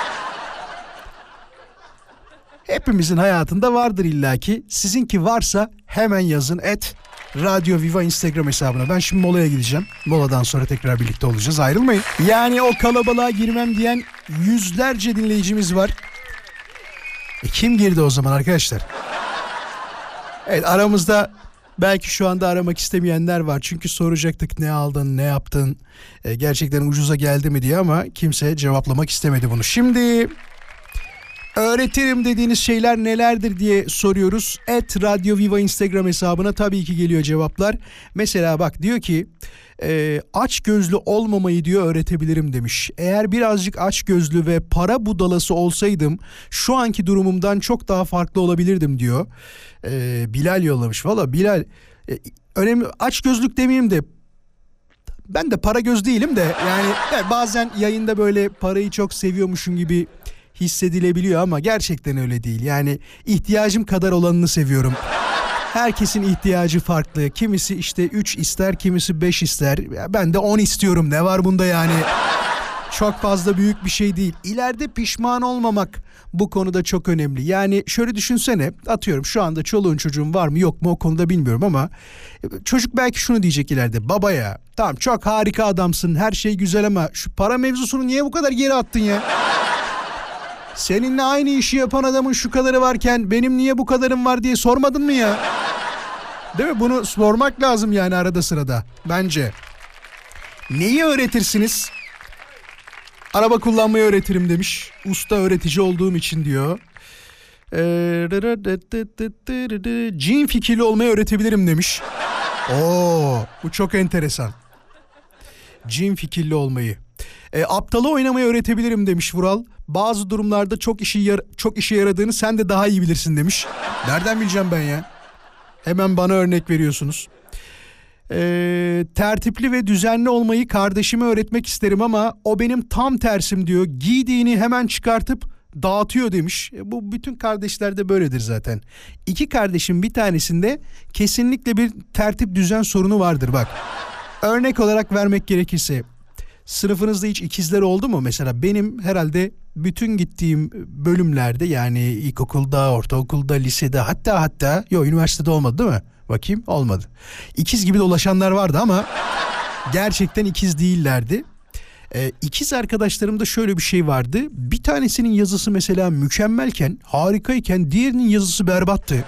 Hepimizin hayatında vardır illaki. Sizinki varsa hemen yazın Radyo Viva Instagram hesabına. Ben şimdi molaya gideceğim. Moladan sonra tekrar birlikte olacağız. Ayrılmayın. Yani o kalabalığa girmem diyen yüzlerce dinleyicimiz var. Kim girdi o zaman arkadaşlar? Evet, aramızda belki şu anda aramak istemeyenler var. Çünkü soracaktık ne aldın, ne yaptın, gerçekten ucuza geldi mi diye, ama kimse cevaplamak istemedi bunu. Şimdi öğretirim dediğiniz şeyler nelerdir diye soruyoruz. @Radyo Viva Instagram hesabına tabii ki geliyor cevaplar. Mesela bak diyor ki açgözlü olmamayı diyor öğretebilirim demiş. Eğer birazcık açgözlü ve para budalası olsaydım şu anki durumumdan çok daha farklı olabilirdim diyor. Bilal yollamış. Valla Bilal önemli, açgözlük demeyeyim de ben de para göz değilim de yani bazen yayında böyle parayı çok seviyormuşum gibi hissedilebiliyor ama gerçekten öyle değil. Yani ihtiyacım kadar olanını seviyorum Herkesin ihtiyacı farklı. Kimisi işte 3 ister, kimisi 5 ister. Ya ben de 10 istiyorum. Ne var bunda yani? Çok fazla büyük bir şey değil. İleride pişman olmamak bu konuda çok önemli. Yani şöyle düşünsene, atıyorum şu anda çoluğun çocuğun var mı yok mu o konuda bilmiyorum ama çocuk belki şunu diyecek ileride: baba ya tamam çok harika adamsın, her şey güzel ama şu para mevzusunu niye bu kadar geri attın ya? Seninle aynı işi yapan adamın şu kadarı varken benim niye bu kadarım var diye sormadın mı ya? Değil mi? Bunu sormak lazım yani arada sırada bence. Neyi öğretirsiniz? Araba kullanmayı öğretirim demiş. Usta öğretici olduğum için diyor. Cin fikirli olmayı öğretebilirim demiş. Oo, bu çok enteresan. Cin fikirli olmayı. Aptalı oynamayı öğretebilirim demiş Vural. Bazı durumlarda çok işe yaradığını sen de daha iyi bilirsin demiş. Nereden bileceğim ben ya? Hemen bana örnek veriyorsunuz. Tertipli ve düzenli olmayı kardeşime öğretmek isterim ama o benim tam tersim diyor. Giydiğini hemen çıkartıp dağıtıyor demiş. Bu bütün kardeşlerde böyledir zaten. 2 kardeşin bir tanesinde kesinlikle bir tertip düzen sorunu vardır bak. Örnek olarak vermek gerekirse, sınıfınızda hiç ikizler oldu mu? Mesela benim herhalde bütün gittiğim bölümlerde, yani ilkokulda, ortaokulda, lisede, hatta üniversitede olmadı değil mi? Bakayım, olmadı. İkiz gibi dolaşanlar vardı ama gerçekten ikiz değillerdi. İkiz arkadaşlarımda şöyle bir şey vardı. Bir tanesinin yazısı mesela mükemmelken, harikayken diğerinin yazısı berbattı.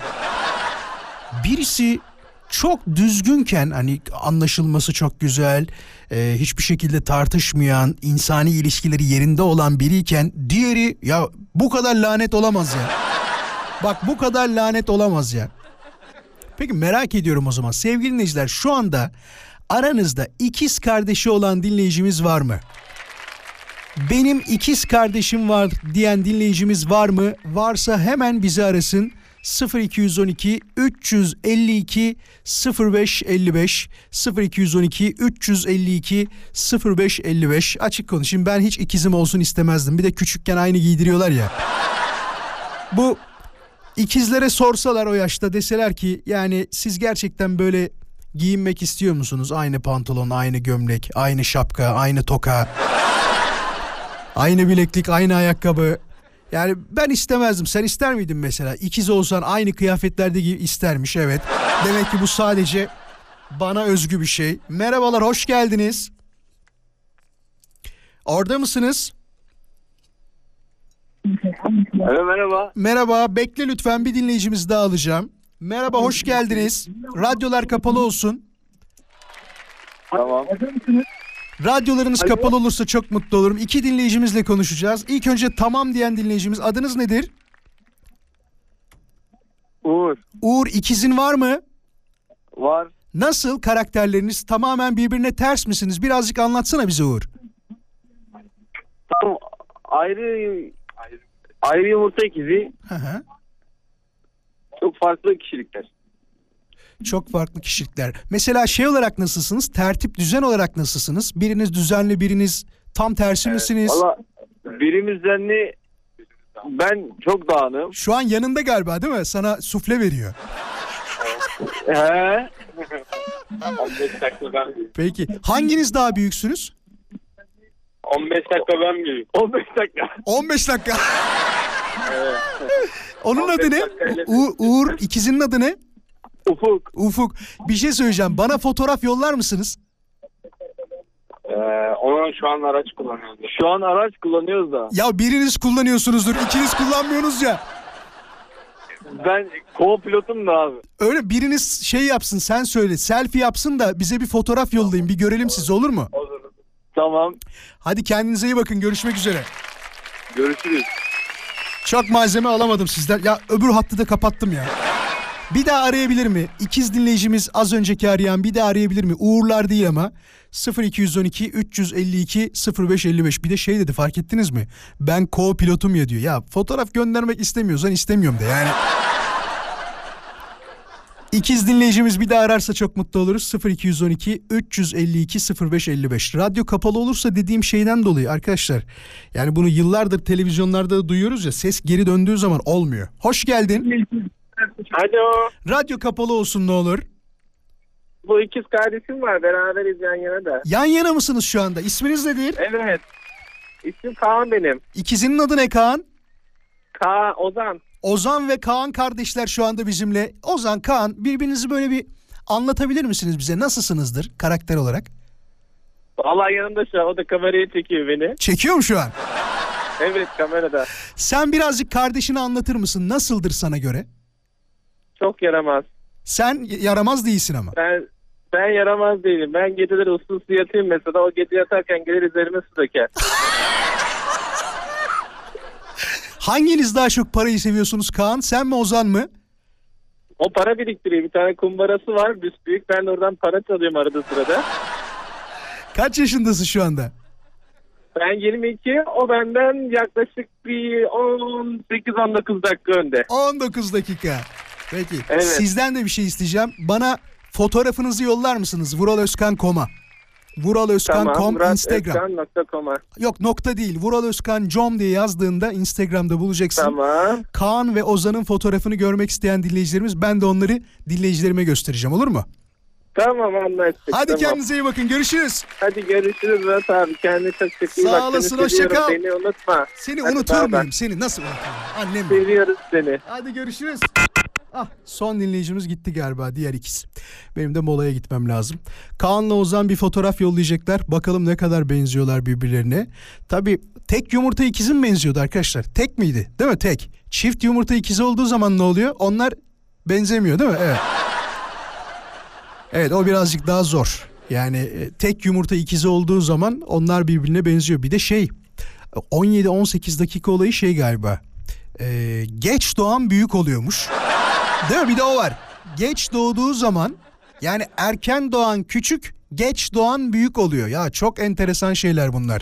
Birisi çok düzgünken, hani anlaşılması çok güzel, hiçbir şekilde tartışmayan, insani ilişkileri yerinde olan biriyken diğeri ya bu kadar lanet olamaz ya. Bak bu kadar lanet olamaz ya. Peki merak ediyorum o zaman sevgili dinleyiciler, şu anda aranızda ikiz kardeşi olan dinleyicimiz var mı? Benim ikiz kardeşim var diyen dinleyicimiz var mı? Varsa hemen bizi arasın. 0212 352 0555 0212 352 0555. Açık konuşayım, ben hiç ikizim olsun istemezdim. Bir de küçükken aynı giydiriyorlar ya. Bu ikizlere sorsalar o yaşta, deseler ki yani siz gerçekten böyle giyinmek istiyor musunuz? Aynı pantolon, aynı gömlek, aynı şapka, aynı toka, aynı bileklik, aynı ayakkabı. Yani ben istemezdim. Sen ister miydin mesela? İkiz olsan aynı kıyafetlerde istermiş, evet. Demek ki bu sadece bana özgü bir şey. Merhabalar, hoş geldiniz. Orada mısınız? Evet, merhaba. Merhaba, bekle lütfen, bir dinleyicimizi daha alacağım. Merhaba, hoş geldiniz. Radyolar kapalı olsun. Tamam. Radyolarınız kapalı olursa çok mutlu olurum. 2 dinleyicimizle konuşacağız. İlk önce tamam diyen dinleyicimiz, adınız nedir? Uğur. Uğur, ikizin var mı? Var. Nasıl karakterleriniz, tamamen birbirine ters misiniz? Birazcık anlatsana bize Uğur. Tamam. Ayrı yumurta ikizi. Hı. Çok farklı kişilikler. Çok farklı kişilikler. Mesela şey olarak nasılsınız? Tertip, düzen olarak nasılsınız? Biriniz düzenli, biriniz tam tersi misiniz? Valla birimiz düzenli, ben çok dağınığım. Şu an yanında galiba değil mi? Sana sufle veriyor. He. 15 dakika ben büyüğüm. Peki. Hanginiz daha büyüksünüz? 15 dakika ben büyüğüm. 15 dakika. 15 dakika. Onun adı ne? Uğur, ikizinin adı ne? Ufuk. Ufuk. Bir şey söyleyeceğim. Bana fotoğraf yollar mısınız? Onun şu an araç kullanıyoruz. Şu an araç kullanıyoruz da. Ya biriniz kullanıyorsunuzdur, ikiniz kullanmıyorsunuz ya. Ben co-pilotum da abi. Öyle biriniz şey yapsın, sen söyle, selfie yapsın da bize bir fotoğraf yollayın, bir görelim sizi, olur mu? Olur. Tamam. Hadi kendinize iyi bakın, görüşmek üzere. Görüşürüz. Çok malzeme alamadım sizden. Ya öbür hattı da kapattım ya. Bir daha arayabilir mi? İkiz dinleyicimiz az önceki arayan bir daha arayabilir mi? Uğurlar değil ama. 0212 352 0555. Bir de şey dedi, fark ettiniz mi? Ben co-pilotum ya diyor. Ya fotoğraf göndermek istemiyorsan istemiyorum de yani. İkiz dinleyicimiz bir daha ararsa çok mutlu oluruz. 0212 352 0555. Radyo kapalı olursa dediğim şeyden dolayı arkadaşlar. Yani bunu yıllardır televizyonlarda da duyuyoruz ya, ses geri döndüğü zaman olmuyor. Hoş geldin. Alo. Radyo kapalı olsun ne olur. Bu ikiz kardeşim var. Beraberiz yan yana da. Yan yana mısınız şu anda? İsminiz nedir? Evet. İsmim Kaan benim. İkizinin adı ne Kaan? Ozan. Ozan ve Kaan kardeşler şu anda bizimle. Ozan, Kaan, birbirinizi böyle bir anlatabilir misiniz bize? Nasılsınızdır karakter olarak? Vallahi yanımda şu an. O da kameraya çekiyor beni. Çekiyor mu şu an? Evet, kamerada. Sen birazcık kardeşini anlatır mısın? Nasıldır sana göre? Çok yaramaz. Sen yaramaz değilsin ama. Ben yaramaz değilim. Ben geceleri uslu yatayım mesela. O gece yatarken gelir üzerime su döker. Hanginiz daha çok parayı seviyorsunuz Kaan? Sen mi Ozan mı? O para biriktiriyor. Bir tane kumbarası var büyük. Ben de oradan para çalıyorum arada sırada. Kaç yaşındasın şu anda? Ben 22. O benden yaklaşık bir 18-19 dakika önde. 19 dakika. Peki. Evet. Sizden de bir şey isteyeceğim. Bana fotoğrafınızı yollar mısınız? Vuralozkan.com'a. Vuralozkan.com tamam, Instagram. Muratözkan.com'a. Yok, nokta değil. Vuralozkan.com diye yazdığında Instagram'da bulacaksın. Tamam. Kaan ve Ozan'ın fotoğrafını görmek isteyen dinleyicilerimiz, ben de onları dinleyicilerime göstereceğim, olur mu? Tamam, anlaştık. Hadi tamam. Kendinize iyi bakın. Görüşürüz. Hadi görüşürüz Murat abi. Kendine çok iyi bak. Sağ olasın. Hoşça kal. Beni unutma. Seni Hadi unutur bay muyum? bay. Seni nasıl unuturum? Annem benim. Seviyoruz seni. Hadi görüşürüz. Son dinleyicimiz gitti galiba, diğer ikisi. Benim de molaya gitmem lazım. Kaan'la Ozan bir fotoğraf yollayacaklar. Bakalım ne kadar benziyorlar birbirlerine. Tabii tek yumurta ikizi mi benziyordu arkadaşlar? Tek miydi? Değil mi? Tek. Çift yumurta ikizi olduğu zaman ne oluyor? Onlar benzemiyor değil mi? Evet. Evet, o birazcık daha zor. Yani tek yumurta ikizi olduğu zaman onlar birbirine benziyor. Bir de 17-18 dakika olayı galiba. Geç doğan büyük oluyormuş. Değil mi? Bir de o var. Geç doğduğu zaman, yani erken doğan küçük, geç doğan büyük oluyor. Ya çok enteresan şeyler bunlar.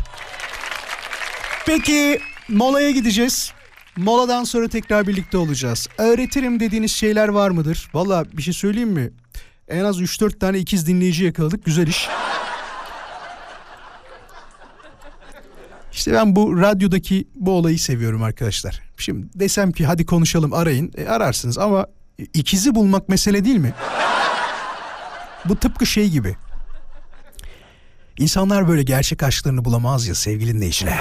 Peki molaya gideceğiz. Moladan sonra tekrar birlikte olacağız. Öğretirim dediğiniz şeyler var mıdır? Valla bir şey söyleyeyim mi? En az 3-4 tane ikiz dinleyici yakaladık. Güzel iş. İşte ben bu radyodaki bu olayı seviyorum arkadaşlar. Şimdi desem ki hadi konuşalım, arayın. Ararsınız ama ikizi bulmak mesele değil mi? Bu tıpkı şey gibi. İnsanlar böyle gerçek aşklarını bulamaz ya sevgili dinleyiciler.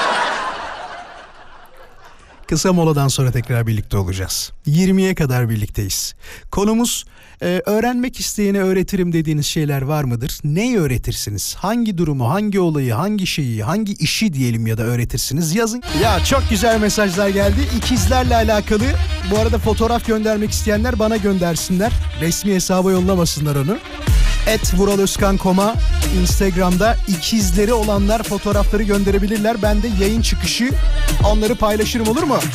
Kısa moladan sonra tekrar birlikte olacağız. 20'ye kadar birlikteyiz. Konumuz öğrenmek isteyene öğretirim dediğiniz şeyler var mıdır? Neyi öğretirsiniz? Hangi durumu, hangi olayı, hangi şeyi, hangi işi diyelim ya da öğretirsiniz? Yazın. Ya çok güzel mesajlar geldi. İkizlerle alakalı. Bu arada fotoğraf göndermek isteyenler bana göndersinler. Resmi hesaba yollamasınlar onu. @vuralozkan.com'a Instagram'da ikizleri olanlar fotoğrafları gönderebilirler. Ben de yayın çıkışı onları paylaşırım, olur mu?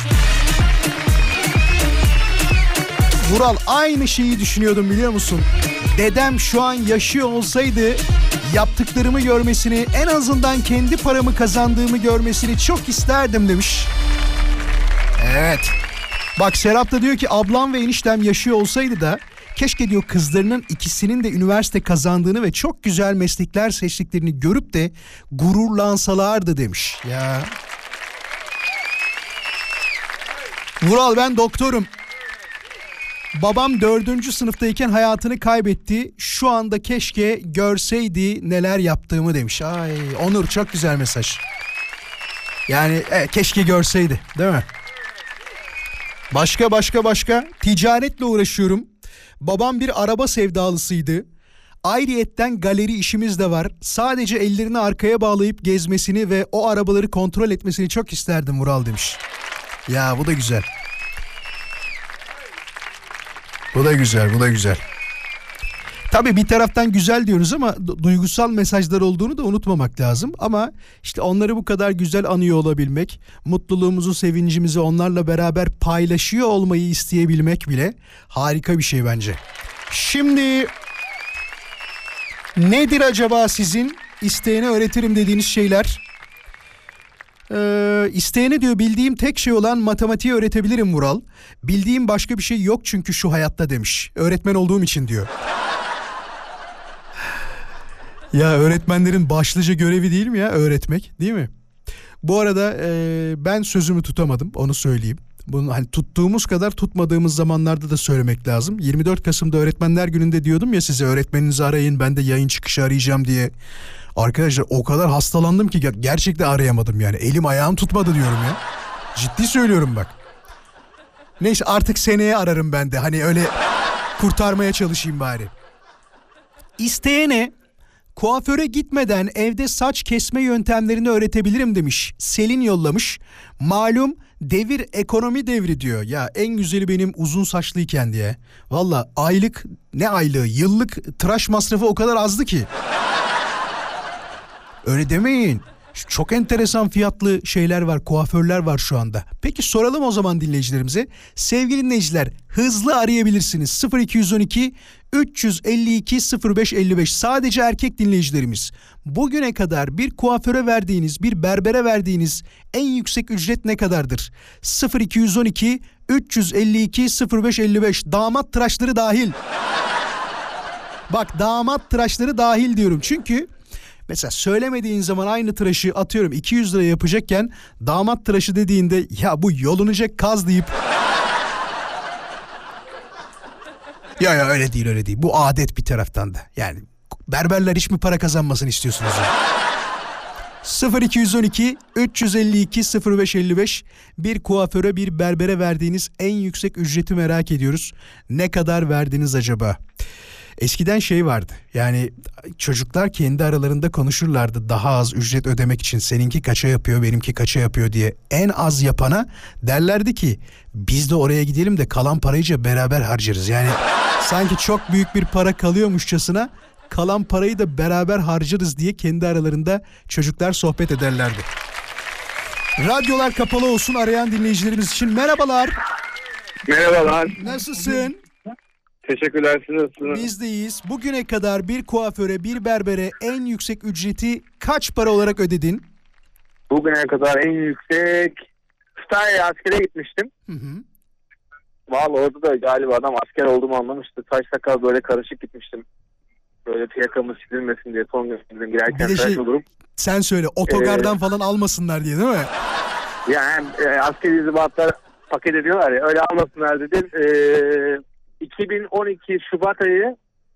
Vural, aynı şeyi düşünüyordum biliyor musun? Dedem şu an yaşıyor olsaydı yaptıklarımı görmesini, en azından kendi paramı kazandığımı görmesini çok isterdim demiş. Evet. Bak Serap da diyor ki ablam ve eniştem yaşıyor olsaydı da keşke diyor kızlarının ikisinin de üniversite kazandığını ve çok güzel meslekler seçtiklerini görüp de gururlansalardı demiş. Ya. Vural, ben doktorum. Babam 4. sınıftayken hayatını kaybetti. Şu anda keşke görseydi neler yaptığımı demiş. Ay Onur, çok güzel mesaj. Yani keşke görseydi, değil mi? Başka. Ticaretle uğraşıyorum. Babam bir araba sevdalısıydı. Ayrıyetten galeri işimiz de var. Sadece ellerini arkaya bağlayıp gezmesini ve o arabaları kontrol etmesini çok isterdim Vural demiş. Ya bu da güzel. Bu da güzel. Tabii bir taraftan güzel diyoruz ama duygusal mesajlar olduğunu da unutmamak lazım. Ama işte onları bu kadar güzel anıyor olabilmek, mutluluğumuzu, sevincimizi onlarla beraber paylaşıyor olmayı isteyebilmek bile harika bir şey bence. Şimdi nedir acaba sizin isteyene öğretirim dediğiniz şeyler? İsteyene diyor bildiğim tek şey olan matematiği öğretebilirim Vural. Bildiğim başka bir şey yok çünkü şu hayatta demiş. Öğretmen olduğum için diyor. Ya öğretmenlerin başlıca görevi değil mi ya öğretmek, değil mi? Bu arada ben sözümü tutamadım, onu söyleyeyim. Bunu hani tuttuğumuz kadar tutmadığımız zamanlarda da söylemek lazım. 24 Kasım'da Öğretmenler Günü'nde diyordum ya size, öğretmeninizi arayın, ben de yayın çıkışı arayacağım diye. Arkadaşlar o kadar hastalandım ki gerçekten arayamadım yani. Elim ayağım tutmadı diyorum ya. Ciddi söylüyorum bak. Neyse artık seneye ararım ben de. Hani öyle kurtarmaya çalışayım bari. İsteyene kuaföre gitmeden evde saç kesme yöntemlerini öğretebilirim demiş. Selin yollamış. Malum devir ekonomi devri diyor. Ya en güzeli benim uzun saçlıyken diye. Valla aylık, ne aylığı, yıllık tıraş masrafı o kadar azdı ki. Öyle demeyin. Çok enteresan fiyatlı şeyler var, kuaförler var şu anda. Peki soralım o zaman dinleyicilerimize. Sevgili dinleyiciler, hızlı arayabilirsiniz. 0212 352 0555. Sadece erkek dinleyicilerimiz. Bugüne kadar bir kuaföre verdiğiniz, bir berbere verdiğiniz en yüksek ücret ne kadardır? 0212 352 0555. Damat tıraşları dahil. Bak, damat tıraşları dahil diyorum. Çünkü mesela söylemediğin zaman aynı tıraşı atıyorum 200 lira yapacakken damat tıraşı dediğinde ya bu yolunacak kaz deyip ya öyle değil. Bu adet bir taraftan da. Yani berberler hiç mi para kazanmasını istiyorsunuz ya? 0212 352 0555. Bir kuaföre, bir berbere verdiğiniz en yüksek ücreti merak ediyoruz. Ne kadar verdiniz acaba? Eskiden şey vardı, yani çocuklar kendi aralarında konuşurlardı daha az ücret ödemek için. Seninki kaça yapıyor, benimki kaça yapıyor diye. En az yapana derlerdi ki biz de oraya gidelim de kalan parayı beraber harcarız. Yani sanki çok büyük bir para kalıyormuşçasına kalan parayı da beraber harcarız diye kendi aralarında çocuklar sohbet ederlerdi. Radyolar kapalı olsun arayan dinleyicilerimiz için. Merhabalar. Merhabalar. Nasılsın? Teşekkürler, siz nasılsınız? Biz de iyiyiz. Bugüne kadar bir kuaföre, bir berbere en yüksek ücreti kaç para olarak ödedin? Bugüne kadar en yüksek... Kütahya'ya askere gitmiştim. Vallahi orada da galiba adam asker olduğumu anlamıştı. Saç sakal böyle karışık gitmiştim. Böyle fiyakamız çizilmesin diye son gösterdim. Girerken tıraş olurum. Sen söyle, otogardan falan almasınlar diye değil mi? Yani askeri izibatlar paket ediyorlar ya, öyle almasınlar dedim. 2012 Şubat ayı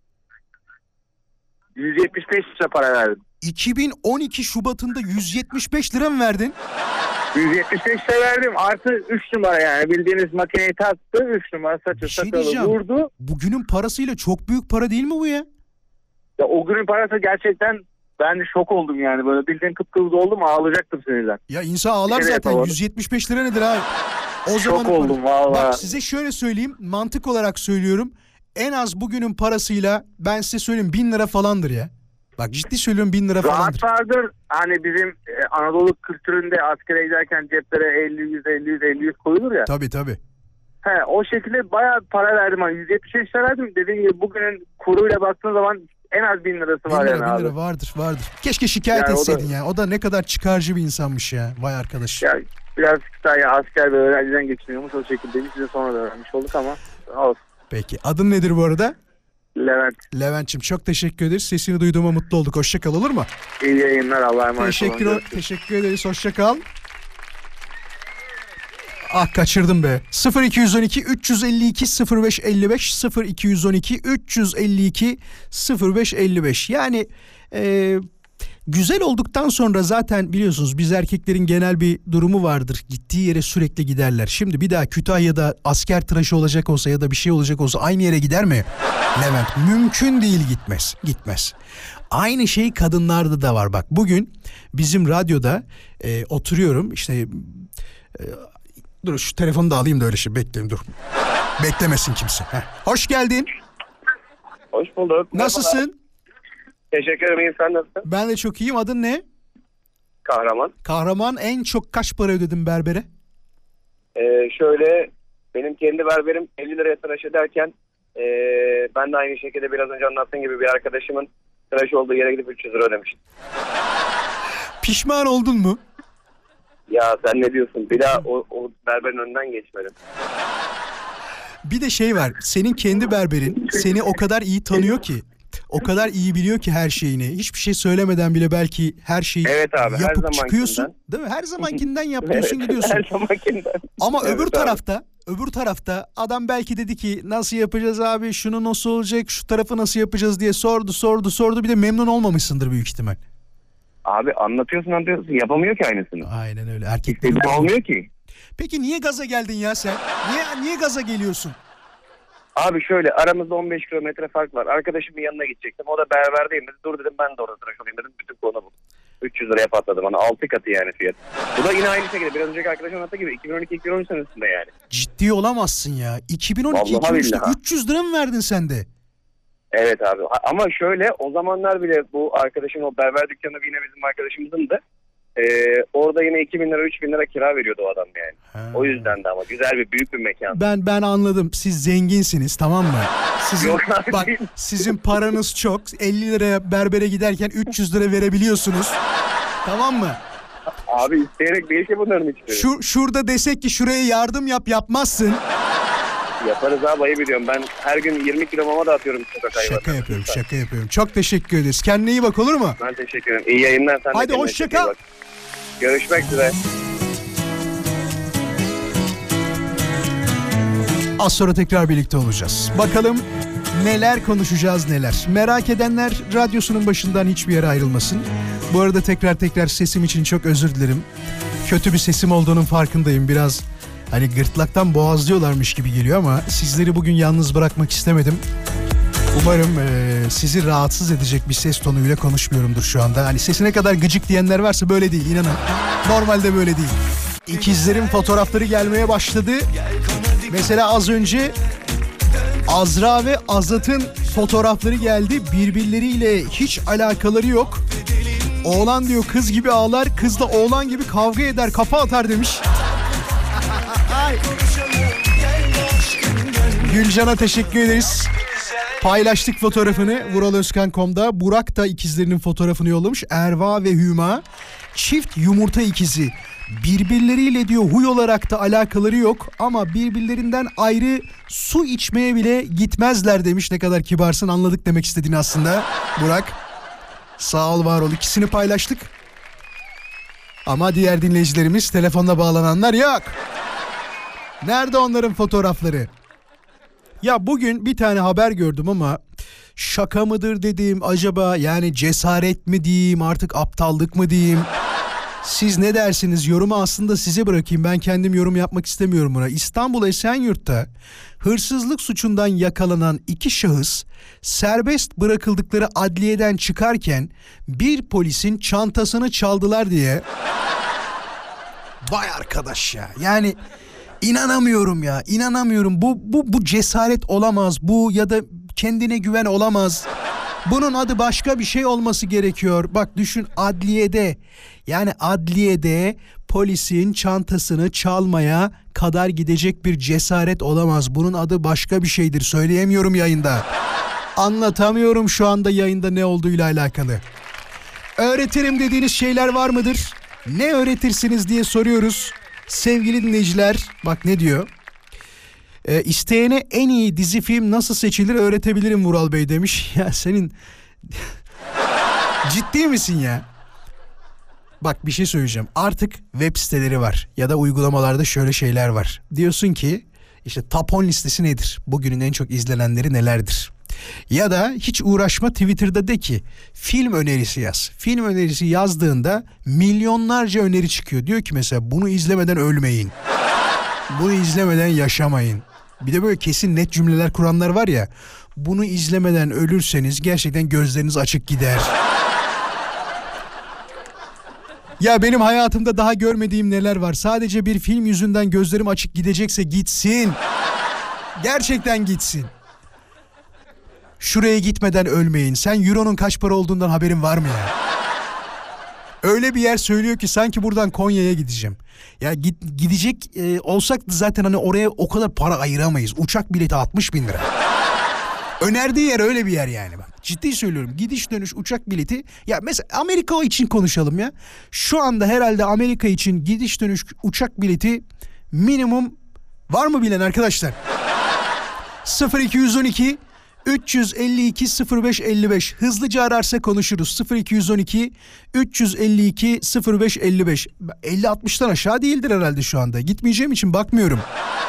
175 lira para verdim. 2012 Şubat'ında 175 lira mı verdin? 175 lira verdim. Artı 3 numara, yani bildiğiniz makineyi taktı. 3 numara saçı sakalı vurdu. Bugünün parasıyla çok büyük para değil mi bu ya? Ya o günün parası gerçekten, ben de şok oldum yani. Böyle bildiğin kıpkırmızı oldum, ağlayacaktım sinirden. Ya insan ağlar zaten. 175 lira nedir abi? O şok oldum valla. Bak size şöyle söyleyeyim, mantık olarak söylüyorum. En az bugünün parasıyla ben size söyleyeyim 1000 lira falandır ya. Bak ciddi söylüyorum, 1000 lira falandır. Rahat vardır. Hani bizim Anadolu kültüründe askere giderken ceplere 50-100 koyulur ya. Tabii. O şekilde bayağı para verdim. Hani 175 lira verdim. Dediğim gibi bugünün kuruyla baktığın zaman en az 1000 lirası var yani abi. 1000 lira vardır. Keşke şikayet etseydin ya. O da ne kadar çıkarcı bir insanmış ya. Vay arkadaş. Ya biraz Kütahya asker ve öğrenciden geçiniyormuş, o şekilde. Biz de sonra da öğrenmiş olduk ama olsun. Peki. Adın nedir bu arada? Levent. Levent'ciğim çok teşekkür ederiz. Sesini duyduğuma mutlu olduk. Hoşça kal, olur mu? İyi yayınlar. Allah'a emanet olun. Teşekkür ederiz. Hoşça kal. Kaçırdım be. 0212 352 0555 0212 352 0555. Yani güzel olduktan sonra zaten biliyorsunuz biz erkeklerin genel bir durumu vardır. Gittiği yere sürekli giderler. Şimdi bir daha Kütahya'da asker tıraşı olacak olsa ya da bir şey olacak olsa aynı yere gider mi Levent? Mümkün değil, gitmez. Aynı şey kadınlarda da var. Bak bugün bizim radyoda oturuyorum işte... Dur şu telefonu da alayım da öyle bekleyin dur. Beklemesin kimse. Hoş geldin. Hoş bulduk. Nasılsın? Teşekkür ederim. Sen nasılsın? Ben de çok iyiyim. Adın ne? Kahraman. Kahraman, en çok kaç para ödedin berbere? Şöyle, benim kendi berberim 50 liraya tıraş ederken ben de aynı şekilde biraz önce anlattığım gibi bir arkadaşımın tıraş olduğu yere gidip 300 lira ödemiştim. Pişman oldun mu? Ya sen ne diyorsun? Bir daha o berberin önünden geçmedim. Bir de şey var. Senin kendi berberin seni o kadar iyi tanıyor ki o kadar iyi biliyor ki her şeyini. Hiçbir şey söylemeden bile belki her şeyi Evet abi, her yapıp zamankinden. çıkıyorsun. Değil mi? Her zamankinden yapıyorsun, Evet, gidiyorsun. her zamankinden. Ama Evet öbür tarafta adam belki dedi ki nasıl yapacağız abi, şunu nasıl olacak, şu tarafı nasıl yapacağız diye sordu. Bir de memnun olmamışsındır büyük ihtimal. Abi anlatıyorsun yapamıyor ki aynısını. Aynen öyle. Erkekler İstediğin olmuyor ki. Peki niye gaza geldin ya sen? Niye gaza geliyorsun? Abi şöyle, aramızda 15 kilometre fark var. Arkadaşımın yanına gidecektim. O da berberdeyim dedi. Dur dedim, ben de orada tıraş olayım dedim. Bütün konu bu. 300 liraya patladı bana. 6 katı yani fiyat. Bu da yine aynı şekilde. Biraz önceki arkadaşım anlattığı gibi 2012-2013 senesinde yani. Ciddi olamazsın ya. 2012-2013'te 300 lira mı verdin sen de? Evet abi. Ama şöyle, o zamanlar bile bu arkadaşım, o berber dükkanı yine bizim arkadaşımızın da orada yine 2000 lira 3000 lira kira veriyordu o adam yani. Ha. O yüzden de ama güzel bir büyük bir mekan. Ben anladım. Siz zenginsiniz, tamam mı? Yok bak, sizin paranız çok. 50 liraya berbere giderken 300 lira verebiliyorsunuz. Tamam mı? Abi isteyerek değil ki bunların hiçbiri. Şurada desek ki şuraya yardım yapmazsın. Yaparız abi, ayıp ediyorum. Ben her gün 20 kilo mama dağıtıyorum sokak hayvanlarına. Şaka yapıyorum. Çok teşekkür ederiz. Kendine iyi bak, olur mu? Ben teşekkür ederim. İyi yayınlar. Sen hadi hoşça kal. Görüşmek üzere. Az sonra tekrar birlikte olacağız. Bakalım neler konuşacağız neler. Merak edenler radyosunun başından hiçbir yere ayrılmasın. Bu arada tekrar sesim için çok özür dilerim. Kötü bir sesim olduğunun farkındayım. Biraz hani gırtlaktan boğazlıyorlarmış gibi geliyor ama sizleri bugün yalnız bırakmak istemedim. Umarım sizi rahatsız edecek bir ses tonuyla konuşmuyorumdur şu anda. Hani sesine kadar gıcık diyenler varsa böyle değil, inanın. Normalde böyle değil. İkizlerin fotoğrafları gelmeye başladı. Mesela az önce Azra ve Azat'ın fotoğrafları geldi. Birbirleriyle hiç alakaları yok. Oğlan diyor kız gibi ağlar, kız da oğlan gibi kavga eder, kafa atar demiş. Gülcan'a teşekkür ederiz. Paylaştık fotoğrafını vuralozkan.com'da. Burak da ikizlerinin fotoğrafını yollamış. Erva ve Hüma çift yumurta ikizi. Birbirleriyle diyor huy olarak da alakaları yok ama birbirlerinden ayrı su içmeye bile gitmezler demiş. Ne kadar kibarsın, anladık demek istediğini aslında Burak. Sağ ol, var ol. İkisini paylaştık. Ama diğer dinleyicilerimiz, telefonla bağlananlar yok. Nerede onların fotoğrafları? Ya bugün bir tane haber gördüm ama şaka mıdır dedim acaba, yani cesaret mi diyeyim, artık aptallık mı diyeyim? Siz ne dersiniz? Yorumu aslında size bırakayım. Ben kendim yorum yapmak istemiyorum buna. İstanbul Esenyurt'ta hırsızlık suçundan yakalanan 2 şahıs serbest bırakıldıkları adliyeden çıkarken bir polisin çantasını çaldılar diye. Vay arkadaş ya. Yani inanamıyorum ya. İnanamıyorum. Bu cesaret olamaz. Bu ya da kendine güven olamaz. Bunun adı başka bir şey olması gerekiyor. Bak düşün, adliyede. Yani adliyede polisin çantasını çalmaya kadar gidecek bir cesaret olamaz. Bunun adı başka bir şeydir. Söyleyemiyorum yayında. Anlatamıyorum şu anda yayında ne olduğuyla alakalı. Öğretirim dediğiniz şeyler var mıdır? Ne öğretirsiniz diye soruyoruz. Sevgili dinleyiciler, bak ne diyor? İsteyene en iyi dizi film nasıl seçilir öğretebilirim Vural Bey demiş. Ya senin ciddi misin ya? Bak bir şey söyleyeceğim. Artık web siteleri var ya da uygulamalarda şöyle şeyler var. Diyorsun ki işte top 10 listesi nedir? Bugünün en çok izlenenleri nelerdir? Ya da hiç uğraşma, Twitter'da de ki film önerisi yaz. Film önerisi yazdığında milyonlarca öneri çıkıyor. Diyor ki mesela bunu izlemeden ölmeyin. Bunu izlemeden yaşamayın. Bir de böyle kesin net cümleler kuranlar var ya. Bunu izlemeden ölürseniz gerçekten gözleriniz açık gider. Ya benim hayatımda daha görmediğim neler var. Sadece bir film yüzünden gözlerim açık gidecekse gitsin. Gerçekten gitsin. Şuraya gitmeden ölmeyin. Sen euronun kaç para olduğundan haberin var mı ya? Öyle bir yer söylüyor ki sanki buradan Konya'ya gideceğim. Ya gidecek olsak da zaten hani oraya o kadar para ayıramayız. Uçak bileti 60.000 lira. Önerdiği yer öyle bir yer yani bak. Ciddi söylüyorum. Gidiş dönüş uçak bileti. Ya mesela Amerika için konuşalım ya. Şu anda herhalde Amerika için gidiş dönüş uçak bileti minimum var mı bilen arkadaşlar? 0212 352 0555 hızlıca ararsa konuşuruz. 0212 352 0555 50-60'tan aşağı değildir herhalde şu anda. Gitmeyeceğim için bakmıyorum.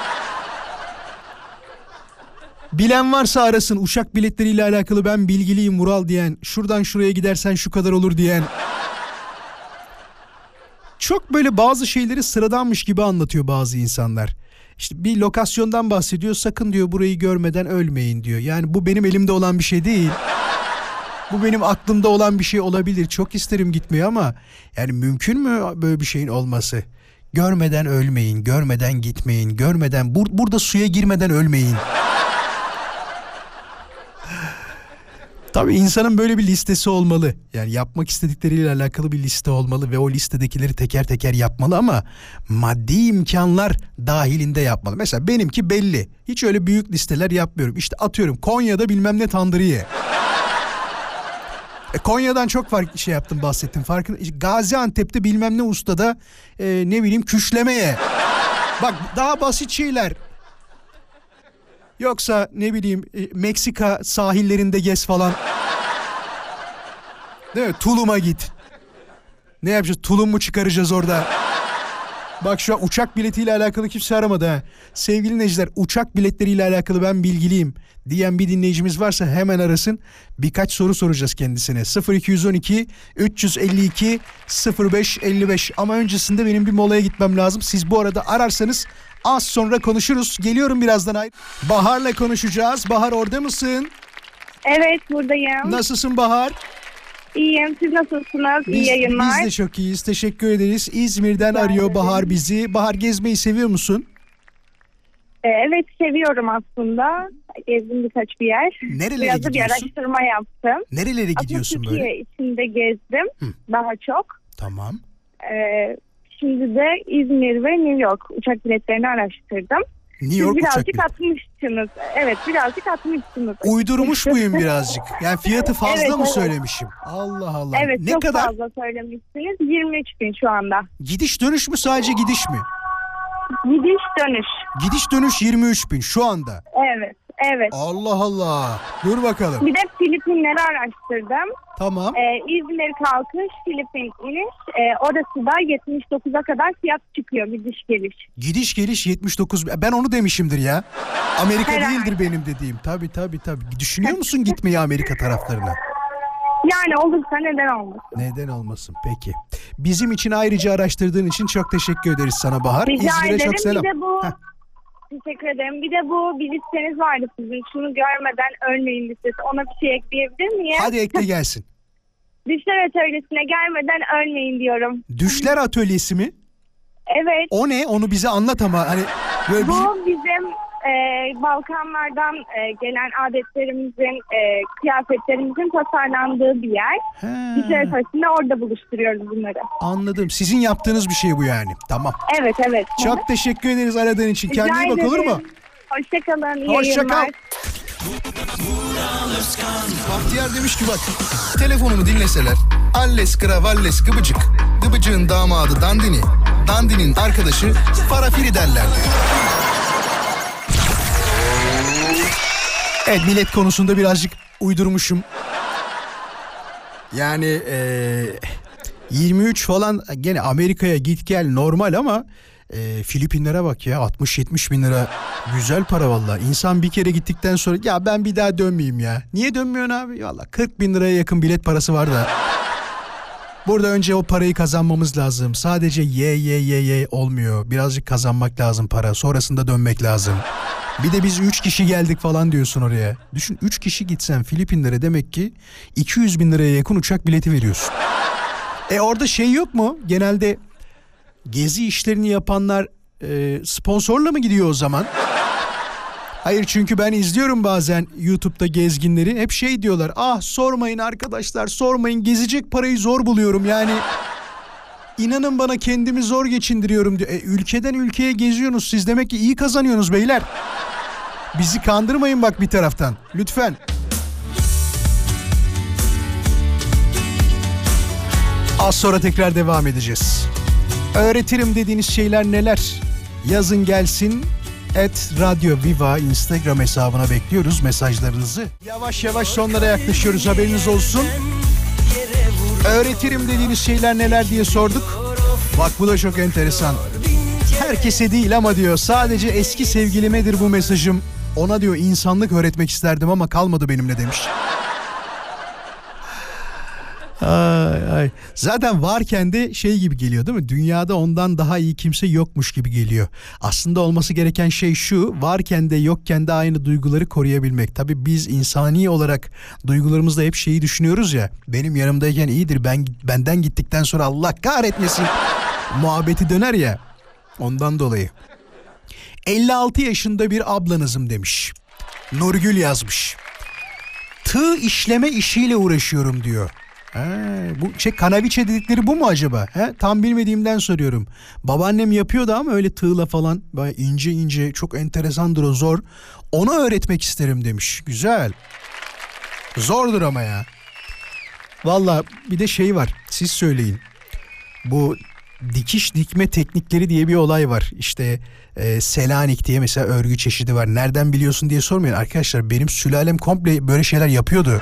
Bilen varsa arasın. Uçak biletleriyle alakalı ben bilgiliyim Vural diyen. Şuradan şuraya gidersen şu kadar olur diyen. Çok böyle bazı şeyleri sıradanmış gibi anlatıyor bazı insanlar. İşte bir lokasyondan bahsediyor. Sakın diyor burayı görmeden ölmeyin diyor. Yani bu benim elimde olan bir şey değil. Bu benim aklımda olan bir şey olabilir. Çok isterim gitmeyi ama yani mümkün mü böyle bir şeyin olması? Görmeden ölmeyin, görmeden gitmeyin, görmeden burada suya girmeden ölmeyin. Tabii insanın böyle bir listesi olmalı. Yani yapmak istedikleriyle alakalı bir liste olmalı ve o listedekileri teker teker yapmalı ama maddi imkanlar dahilinde yapmalı. Mesela benimki belli. Hiç öyle büyük listeler yapmıyorum. İşte atıyorum Konya'da bilmem ne tandırıye. Konya'dan çok farklı şey yaptım, bahsettim. Farkında. Gaziantep'te bilmem ne ustada ne bileyim küşlemeye. Bak daha basit şeyler. Yoksa ne bileyim Meksika sahillerinde gez falan. Değil mi? Tulum'a git. Ne yapacağız? Tulum mu çıkaracağız orada? Bak şu an uçak biletiyle alakalı kimse aramadı ha. Sevgili dinleyiciler, uçak biletleriyle alakalı ben bilgiliyim diyen bir dinleyicimiz varsa hemen arasın. Birkaç soru soracağız kendisine. 0212 352 0555 ama öncesinde benim bir molaya gitmem lazım. Siz bu arada ararsanız az sonra konuşuruz. Geliyorum birazdan. Bahar'la konuşacağız. Bahar orada mısın? Evet, buradayım. Nasılsın Bahar? İyiyim. Siz nasılsınız? İyi yayınlar. Biz de çok iyiyiz. Teşekkür ederiz. İzmir'den arıyor Bahar bizi. Bahar, gezmeyi seviyor musun? Evet, seviyorum aslında. Gezdim birkaç bir yer. Nerelere biraz gidiyorsun? Bir araştırma yaptım. Nerelere gidiyorsun Türkiye böyle? Türkiye içinde gezdim. Daha çok. Tamam. Şimdi de İzmir ve New York uçak biletlerini araştırdım. New York Siz birazcık uçak atmışsınız. Evet, birazcık atmışsınız. Uydurmuş muyum birazcık? Yani fiyatı fazla Evet, mı evet. söylemişim? Allah Allah. Evet, ne çok kadar? fazla söylemişsiniz. 23 bin şu anda. Gidiş dönüş mü, sadece gidiş mi? Gidiş dönüş. Gidiş dönüş 23 bin şu anda. Evet, evet. Allah Allah. Dur bakalım. Bir de Filipinleri araştırdım. Tamam. İzmir kalkış, Filipin iniş. Orası da 79'a kadar fiyat çıkıyor gidiş geliş. Gidiş geliş 79. Ben onu demişimdir ya. Amerika Herhalde. değildir benim dediğim. Tabii. Düşünüyor musun gitmeyi Amerika taraflarına? Yani olursa neden olmasın? Neden olmasın? Peki. Bizim için ayrıca araştırdığın için çok teşekkür ederiz sana Bahar. Rica İzmir'e ederim. çok selam. Bir de bu... Teşekkür ederim. Bir de bu bir listeniz vardı sizin. Şunu görmeden ölmeyin listesi. Ona bir şey ekleyebilir miyim? Hadi ekle gelsin. Düşler atölyesine gelmeden ölmeyin diyorum. Düşler atölyesi mi? Evet. O ne? Onu bize anlat ama hani böyle Bu bizim Balkanlardan gelen adetlerimizin, kıyafetlerimizin tasarlandığı bir yer. Düşler atölyesinde orada buluşturuyoruz bunları. Anladım. Sizin yaptığınız bir şey bu yani. Tamam. Evet. Çok teşekkür ederiz aradığın için. Kendine iyi bak, olur mu? Hoşçakalın. İyi Hoşça kal. yayınlar. Bahtiyar demiş ki bak, telefonumu dinleseler alles kravalles gıbıcık, gıbıcığın damadı Dandini, Dandinin arkadaşı Farafiri derlerdi. Evet, bilet konusunda birazcık uydurmuşum. Yani 23 falan, gene Amerika'ya git gel normal ama Filipinlere bak ya, 60-70 bin lira güzel para vallahi. İnsan bir kere gittikten sonra ya ben bir daha dönmeyeyim ya. Niye dönmüyorsun abi? Vallahi 40 bin liraya yakın bilet parası var da. Burada önce o parayı kazanmamız lazım. Sadece ye olmuyor. Birazcık kazanmak lazım para. Sonrasında dönmek lazım. Bir de biz 3 kişi geldik falan diyorsun oraya. Düşün, 3 kişi gitsen Filipinlere demek ki 200 bin liraya yakın uçak bileti veriyorsun. Orada şey yok mu? Genelde gezi işlerini yapanlar sponsorla mı gidiyor o zaman? Hayır, çünkü ben izliyorum bazen YouTube'da gezginleri. Hep şey diyorlar. Ah sormayın arkadaşlar, sormayın. Gezecek parayı zor buluyorum yani. İnanın bana, kendimi zor geçindiriyorum diyor. Ülkeden ülkeye geziyorsunuz. Siz demek ki iyi kazanıyorsunuz beyler. Bizi kandırmayın bak bir taraftan. Lütfen. Az sonra tekrar devam edeceğiz. Öğretirim dediğiniz şeyler neler? Yazın gelsin. @radyoviva Instagram hesabına bekliyoruz mesajlarınızı. Yavaş yavaş sonlara yaklaşıyoruz, haberiniz olsun. Öğretirim dediğiniz şeyler neler diye sorduk. Bak bu da çok enteresan. Herkese değil ama diyor, sadece eski sevgilimedir bu mesajım. Ona diyor insanlık öğretmek isterdim ama kalmadı benimle demiş. Ay. Zaten varken de şey gibi geliyor değil mi? Dünyada ondan daha iyi kimse yokmuş gibi geliyor. Aslında olması gereken şey şu: varken de yokken de aynı duyguları koruyabilmek. Tabii biz insani olarak duygularımızda hep şeyi düşünüyoruz ya. Benim yanımdayken iyidir, benden gittikten sonra Allah kahretmesin muhabbeti döner ya. Ondan dolayı. 56 yaşında bir ablanızım demiş. Nurgül yazmış. Tığ işleme işiyle uğraşıyorum diyor. Bu kanaviçe dedikleri bu mu acaba? Tam bilmediğimden soruyorum. Babaannem yapıyordu ama öyle tığla falan, böyle ince ince, çok enteresandır o, zor. Onu öğretmek isterim demiş. Güzel. Zordur ama ya. Vallahi bir de şey var, siz söyleyin. Bu dikiş dikme teknikleri diye bir olay var. İşte Selanik diye mesela örgü çeşidi var. Nereden biliyorsun diye sormayın arkadaşlar. Benim sülalem komple böyle şeyler yapıyordu.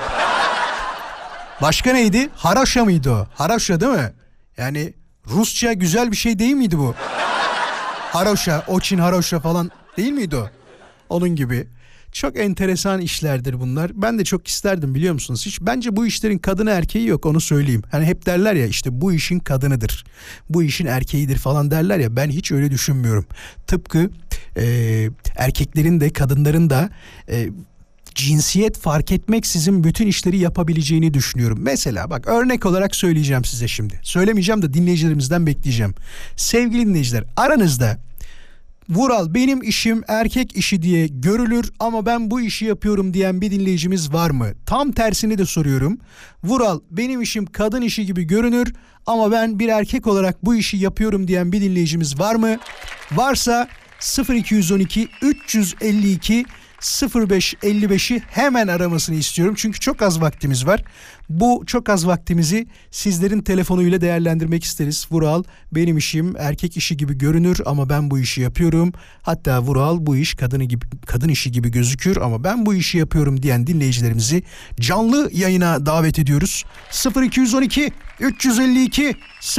Başka neydi? Haraşa mıydı o? Haraşa değil mi? Yani Rusça güzel bir şey değil miydi bu? Haraşa, Oçin haraşa falan değil miydi o? Onun gibi. Çok enteresan işlerdir bunlar. Ben de çok isterdim, biliyor musunuz? Hiç bence bu işlerin kadını erkeği yok, onu söyleyeyim. Hani hep derler ya işte bu işin kadınıdır, bu işin erkeğidir falan derler ya, ben hiç öyle düşünmüyorum. Tıpkı erkeklerin de kadınların da cinsiyet fark etmeksizin bütün işleri yapabileceğini düşünüyorum. Mesela bak, örnek olarak söyleyeceğim size şimdi. Söylemeyeceğim de dinleyicilerimizden bekleyeceğim. Sevgili dinleyiciler, aranızda Vural benim işim erkek işi diye görülür ama ben bu işi yapıyorum diyen bir dinleyicimiz var mı? Tam tersini de soruyorum. Vural benim işim kadın işi gibi görünür ama ben bir erkek olarak bu işi yapıyorum diyen bir dinleyicimiz var mı? Varsa 0212 352 0555'i hemen aramasını istiyorum. Çünkü çok az vaktimiz var. Bu çok az vaktimizi sizlerin telefonuyla değerlendirmek isteriz. Vural benim işim erkek işi gibi görünür ama ben bu işi yapıyorum. Hatta Vural bu iş kadın işi gibi gözükür ama ben bu işi yapıyorum diyen dinleyicilerimizi canlı yayına davet ediyoruz. 0212 352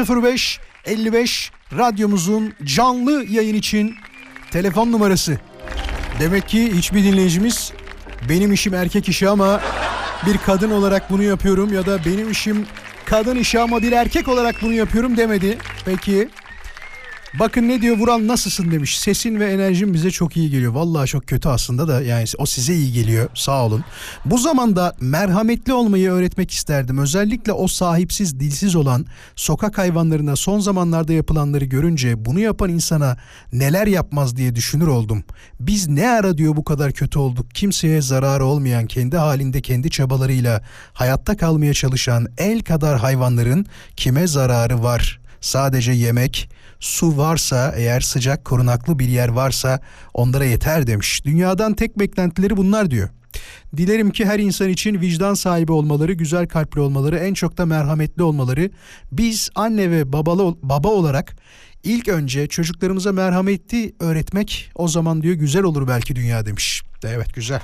0555 radyomuzun canlı yayın için telefon numarası. Demek ki hiçbir dinleyicimiz benim işim erkek işi ama bir kadın olarak bunu yapıyorum ya da benim işim kadın işi ama bir erkek olarak bunu yapıyorum demedi. Peki bakın ne diyor Vural, nasılsın demiş. Sesin ve enerjin bize çok iyi geliyor. Vallahi çok kötü aslında da yani o size iyi geliyor, sağ olun. Bu zamanda merhametli olmayı öğretmek isterdim. Özellikle o sahipsiz, dilsiz olan sokak hayvanlarına son zamanlarda yapılanları görünce bunu yapan insana neler yapmaz diye düşünür oldum. Biz ne ara diyor bu kadar kötü olduk. Kimseye zararı olmayan, kendi halinde kendi çabalarıyla hayatta kalmaya çalışan el kadar hayvanların kime zararı var? Sadece yemek, su varsa eğer, sıcak korunaklı bir yer varsa onlara yeter demiş. Dünyadan tek beklentileri bunlar diyor. Dilerim ki her insan için vicdan sahibi olmaları, güzel kalpli olmaları, en çok da merhametli olmaları. Biz anne ve baba olarak ilk önce çocuklarımıza merhametli öğretmek, o zaman diyor güzel olur belki dünya demiş. Evet, güzel.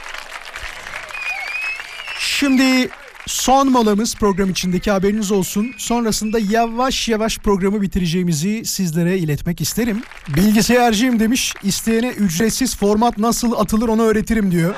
Şimdi son molamız program içindeki, haberiniz olsun. Sonrasında yavaş yavaş programı bitireceğimizi sizlere iletmek isterim. Bilgisayarcıyım demiş. İsteyene ücretsiz format nasıl atılır onu öğretirim diyor.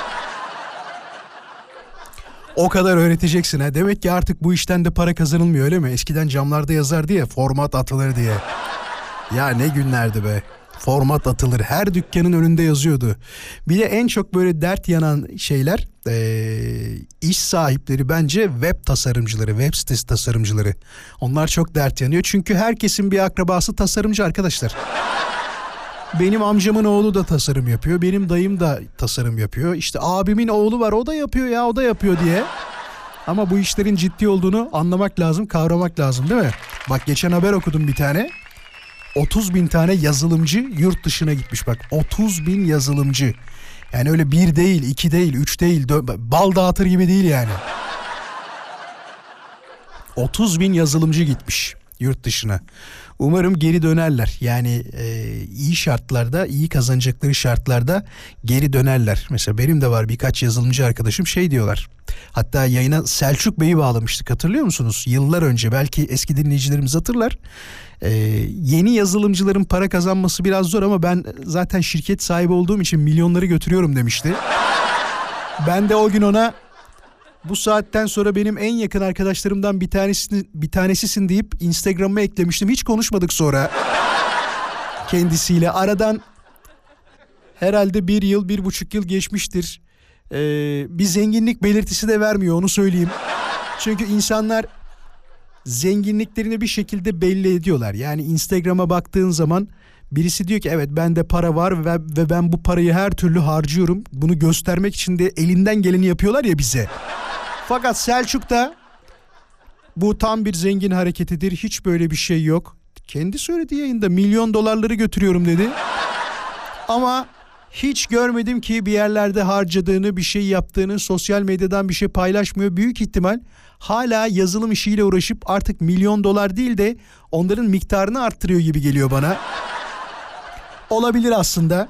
O kadar öğreteceksin ha. Demek ki artık bu işten de para kazanılmıyor, öyle mi? Eskiden camlarda yazardı ya, format atılır diye. Ya ne günlerdi be. Format atılır. Her dükkanın önünde yazıyordu. Bir de en çok böyle dert yanan şeyler, iş sahipleri bence web tasarımcıları, web sitesi tasarımcıları. Onlar çok dert yanıyor. Çünkü herkesin bir akrabası tasarımcı arkadaşlar. Benim amcamın oğlu da tasarım yapıyor. Benim dayım da tasarım yapıyor. İşte abimin oğlu var, o da yapıyor ya, o da yapıyor diye. Ama bu işlerin ciddi olduğunu anlamak lazım, kavramak lazım değil mi? Bak geçen haber okudum bir tane. 30.000 tane yazılımcı yurt dışına gitmiş bak. 30.000 yazılımcı. Yani öyle 1 değil, 2 değil, 3 değil, bal dağıtır gibi değil yani. 30.000 yazılımcı gitmiş yurt dışına. Umarım geri dönerler. Yani iyi şartlarda, iyi kazanacakları şartlarda geri dönerler. Mesela benim de var birkaç yazılımcı arkadaşım şey diyorlar. Hatta yayına Selçuk Bey'i bağlamıştık, hatırlıyor musunuz? Yıllar önce, belki eski dinleyicilerimiz hatırlar. Yeni yazılımcıların para kazanması biraz zor ama ben zaten şirket sahibi olduğum için milyonları götürüyorum demişti. Ben de o gün ona bu saatten sonra benim en yakın arkadaşlarımdan bir tanesisin deyip Instagram'ıma eklemiştim. Hiç konuşmadık sonra kendisiyle. Aradan herhalde 1,5 yıl geçmiştir. Bir zenginlik belirtisi de vermiyor, onu söyleyeyim. Çünkü insanlar zenginliklerini bir şekilde belli ediyorlar. Yani Instagram'a baktığın zaman birisi diyor ki evet bende para var ve ben bu parayı her türlü harcıyorum. Bunu göstermek için de elinden geleni yapıyorlar ya bize. Fakat Selçuk'ta bu tam bir zengin hareketidir. Hiç böyle bir şey yok. Kendi söyledi yayında, milyon dolarları götürüyorum dedi. Ama hiç görmedim ki bir yerlerde harcadığını, bir şey yaptığını, sosyal medyadan bir şey paylaşmıyor. Büyük ihtimal hala yazılım işiyle uğraşıp artık milyon dolar değil de onların miktarını arttırıyor gibi geliyor bana. Olabilir aslında.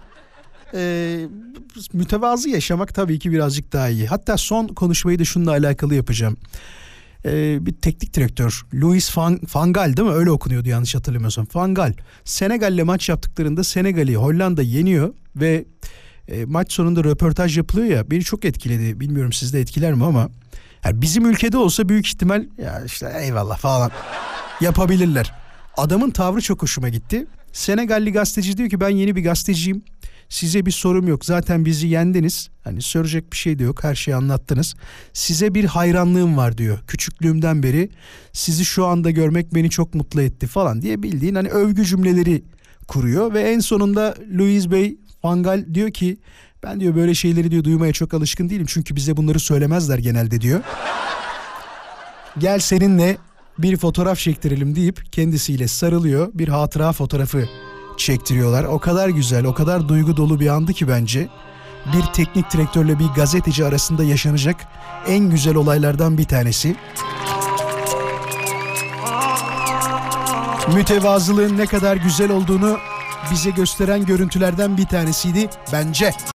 Mütevazı yaşamak tabii ki birazcık daha iyi. Hatta son konuşmayı da şununla alakalı yapacağım. Bir teknik direktör Louis van Gaal, değil mi? Öyle okunuyordu yanlış hatırlamıyorsam. Van Gaal Senegal'le maç yaptıklarında Senegal'i Hollanda yeniyor ve maç sonunda röportaj yapılıyor ya, beni çok etkiledi. Bilmiyorum sizde etkiler mi ama yani bizim ülkede olsa büyük ihtimal ya işte eyvallah falan yapabilirler. Adamın tavrı çok hoşuma gitti. Senegalli gazeteci diyor ki ben yeni bir gazeteciyim. Size bir sorum yok. Zaten bizi yendiniz. Hani söyleyecek bir şey de yok. Her şeyi anlattınız. Size bir hayranlığım var diyor. Küçüklüğümden beri sizi şu anda görmek beni çok mutlu etti falan diye bildiğin hani övgü cümleleri kuruyor. Ve en sonunda Louis Bey Van Gaal diyor ki ben diyor böyle şeyleri diyor duymaya çok alışkın değilim. Çünkü bize bunları söylemezler genelde diyor. Gel seninle bir fotoğraf çektirelim deyip kendisiyle sarılıyor. Bir hatıra fotoğrafı çektiriyorlar. O kadar güzel, o kadar duygu dolu bir andı ki bence. Bir teknik direktörle bir gazeteci arasında yaşanacak en güzel olaylardan bir tanesi. Mütevazılığın ne kadar güzel olduğunu bize gösteren görüntülerden bir tanesiydi bence.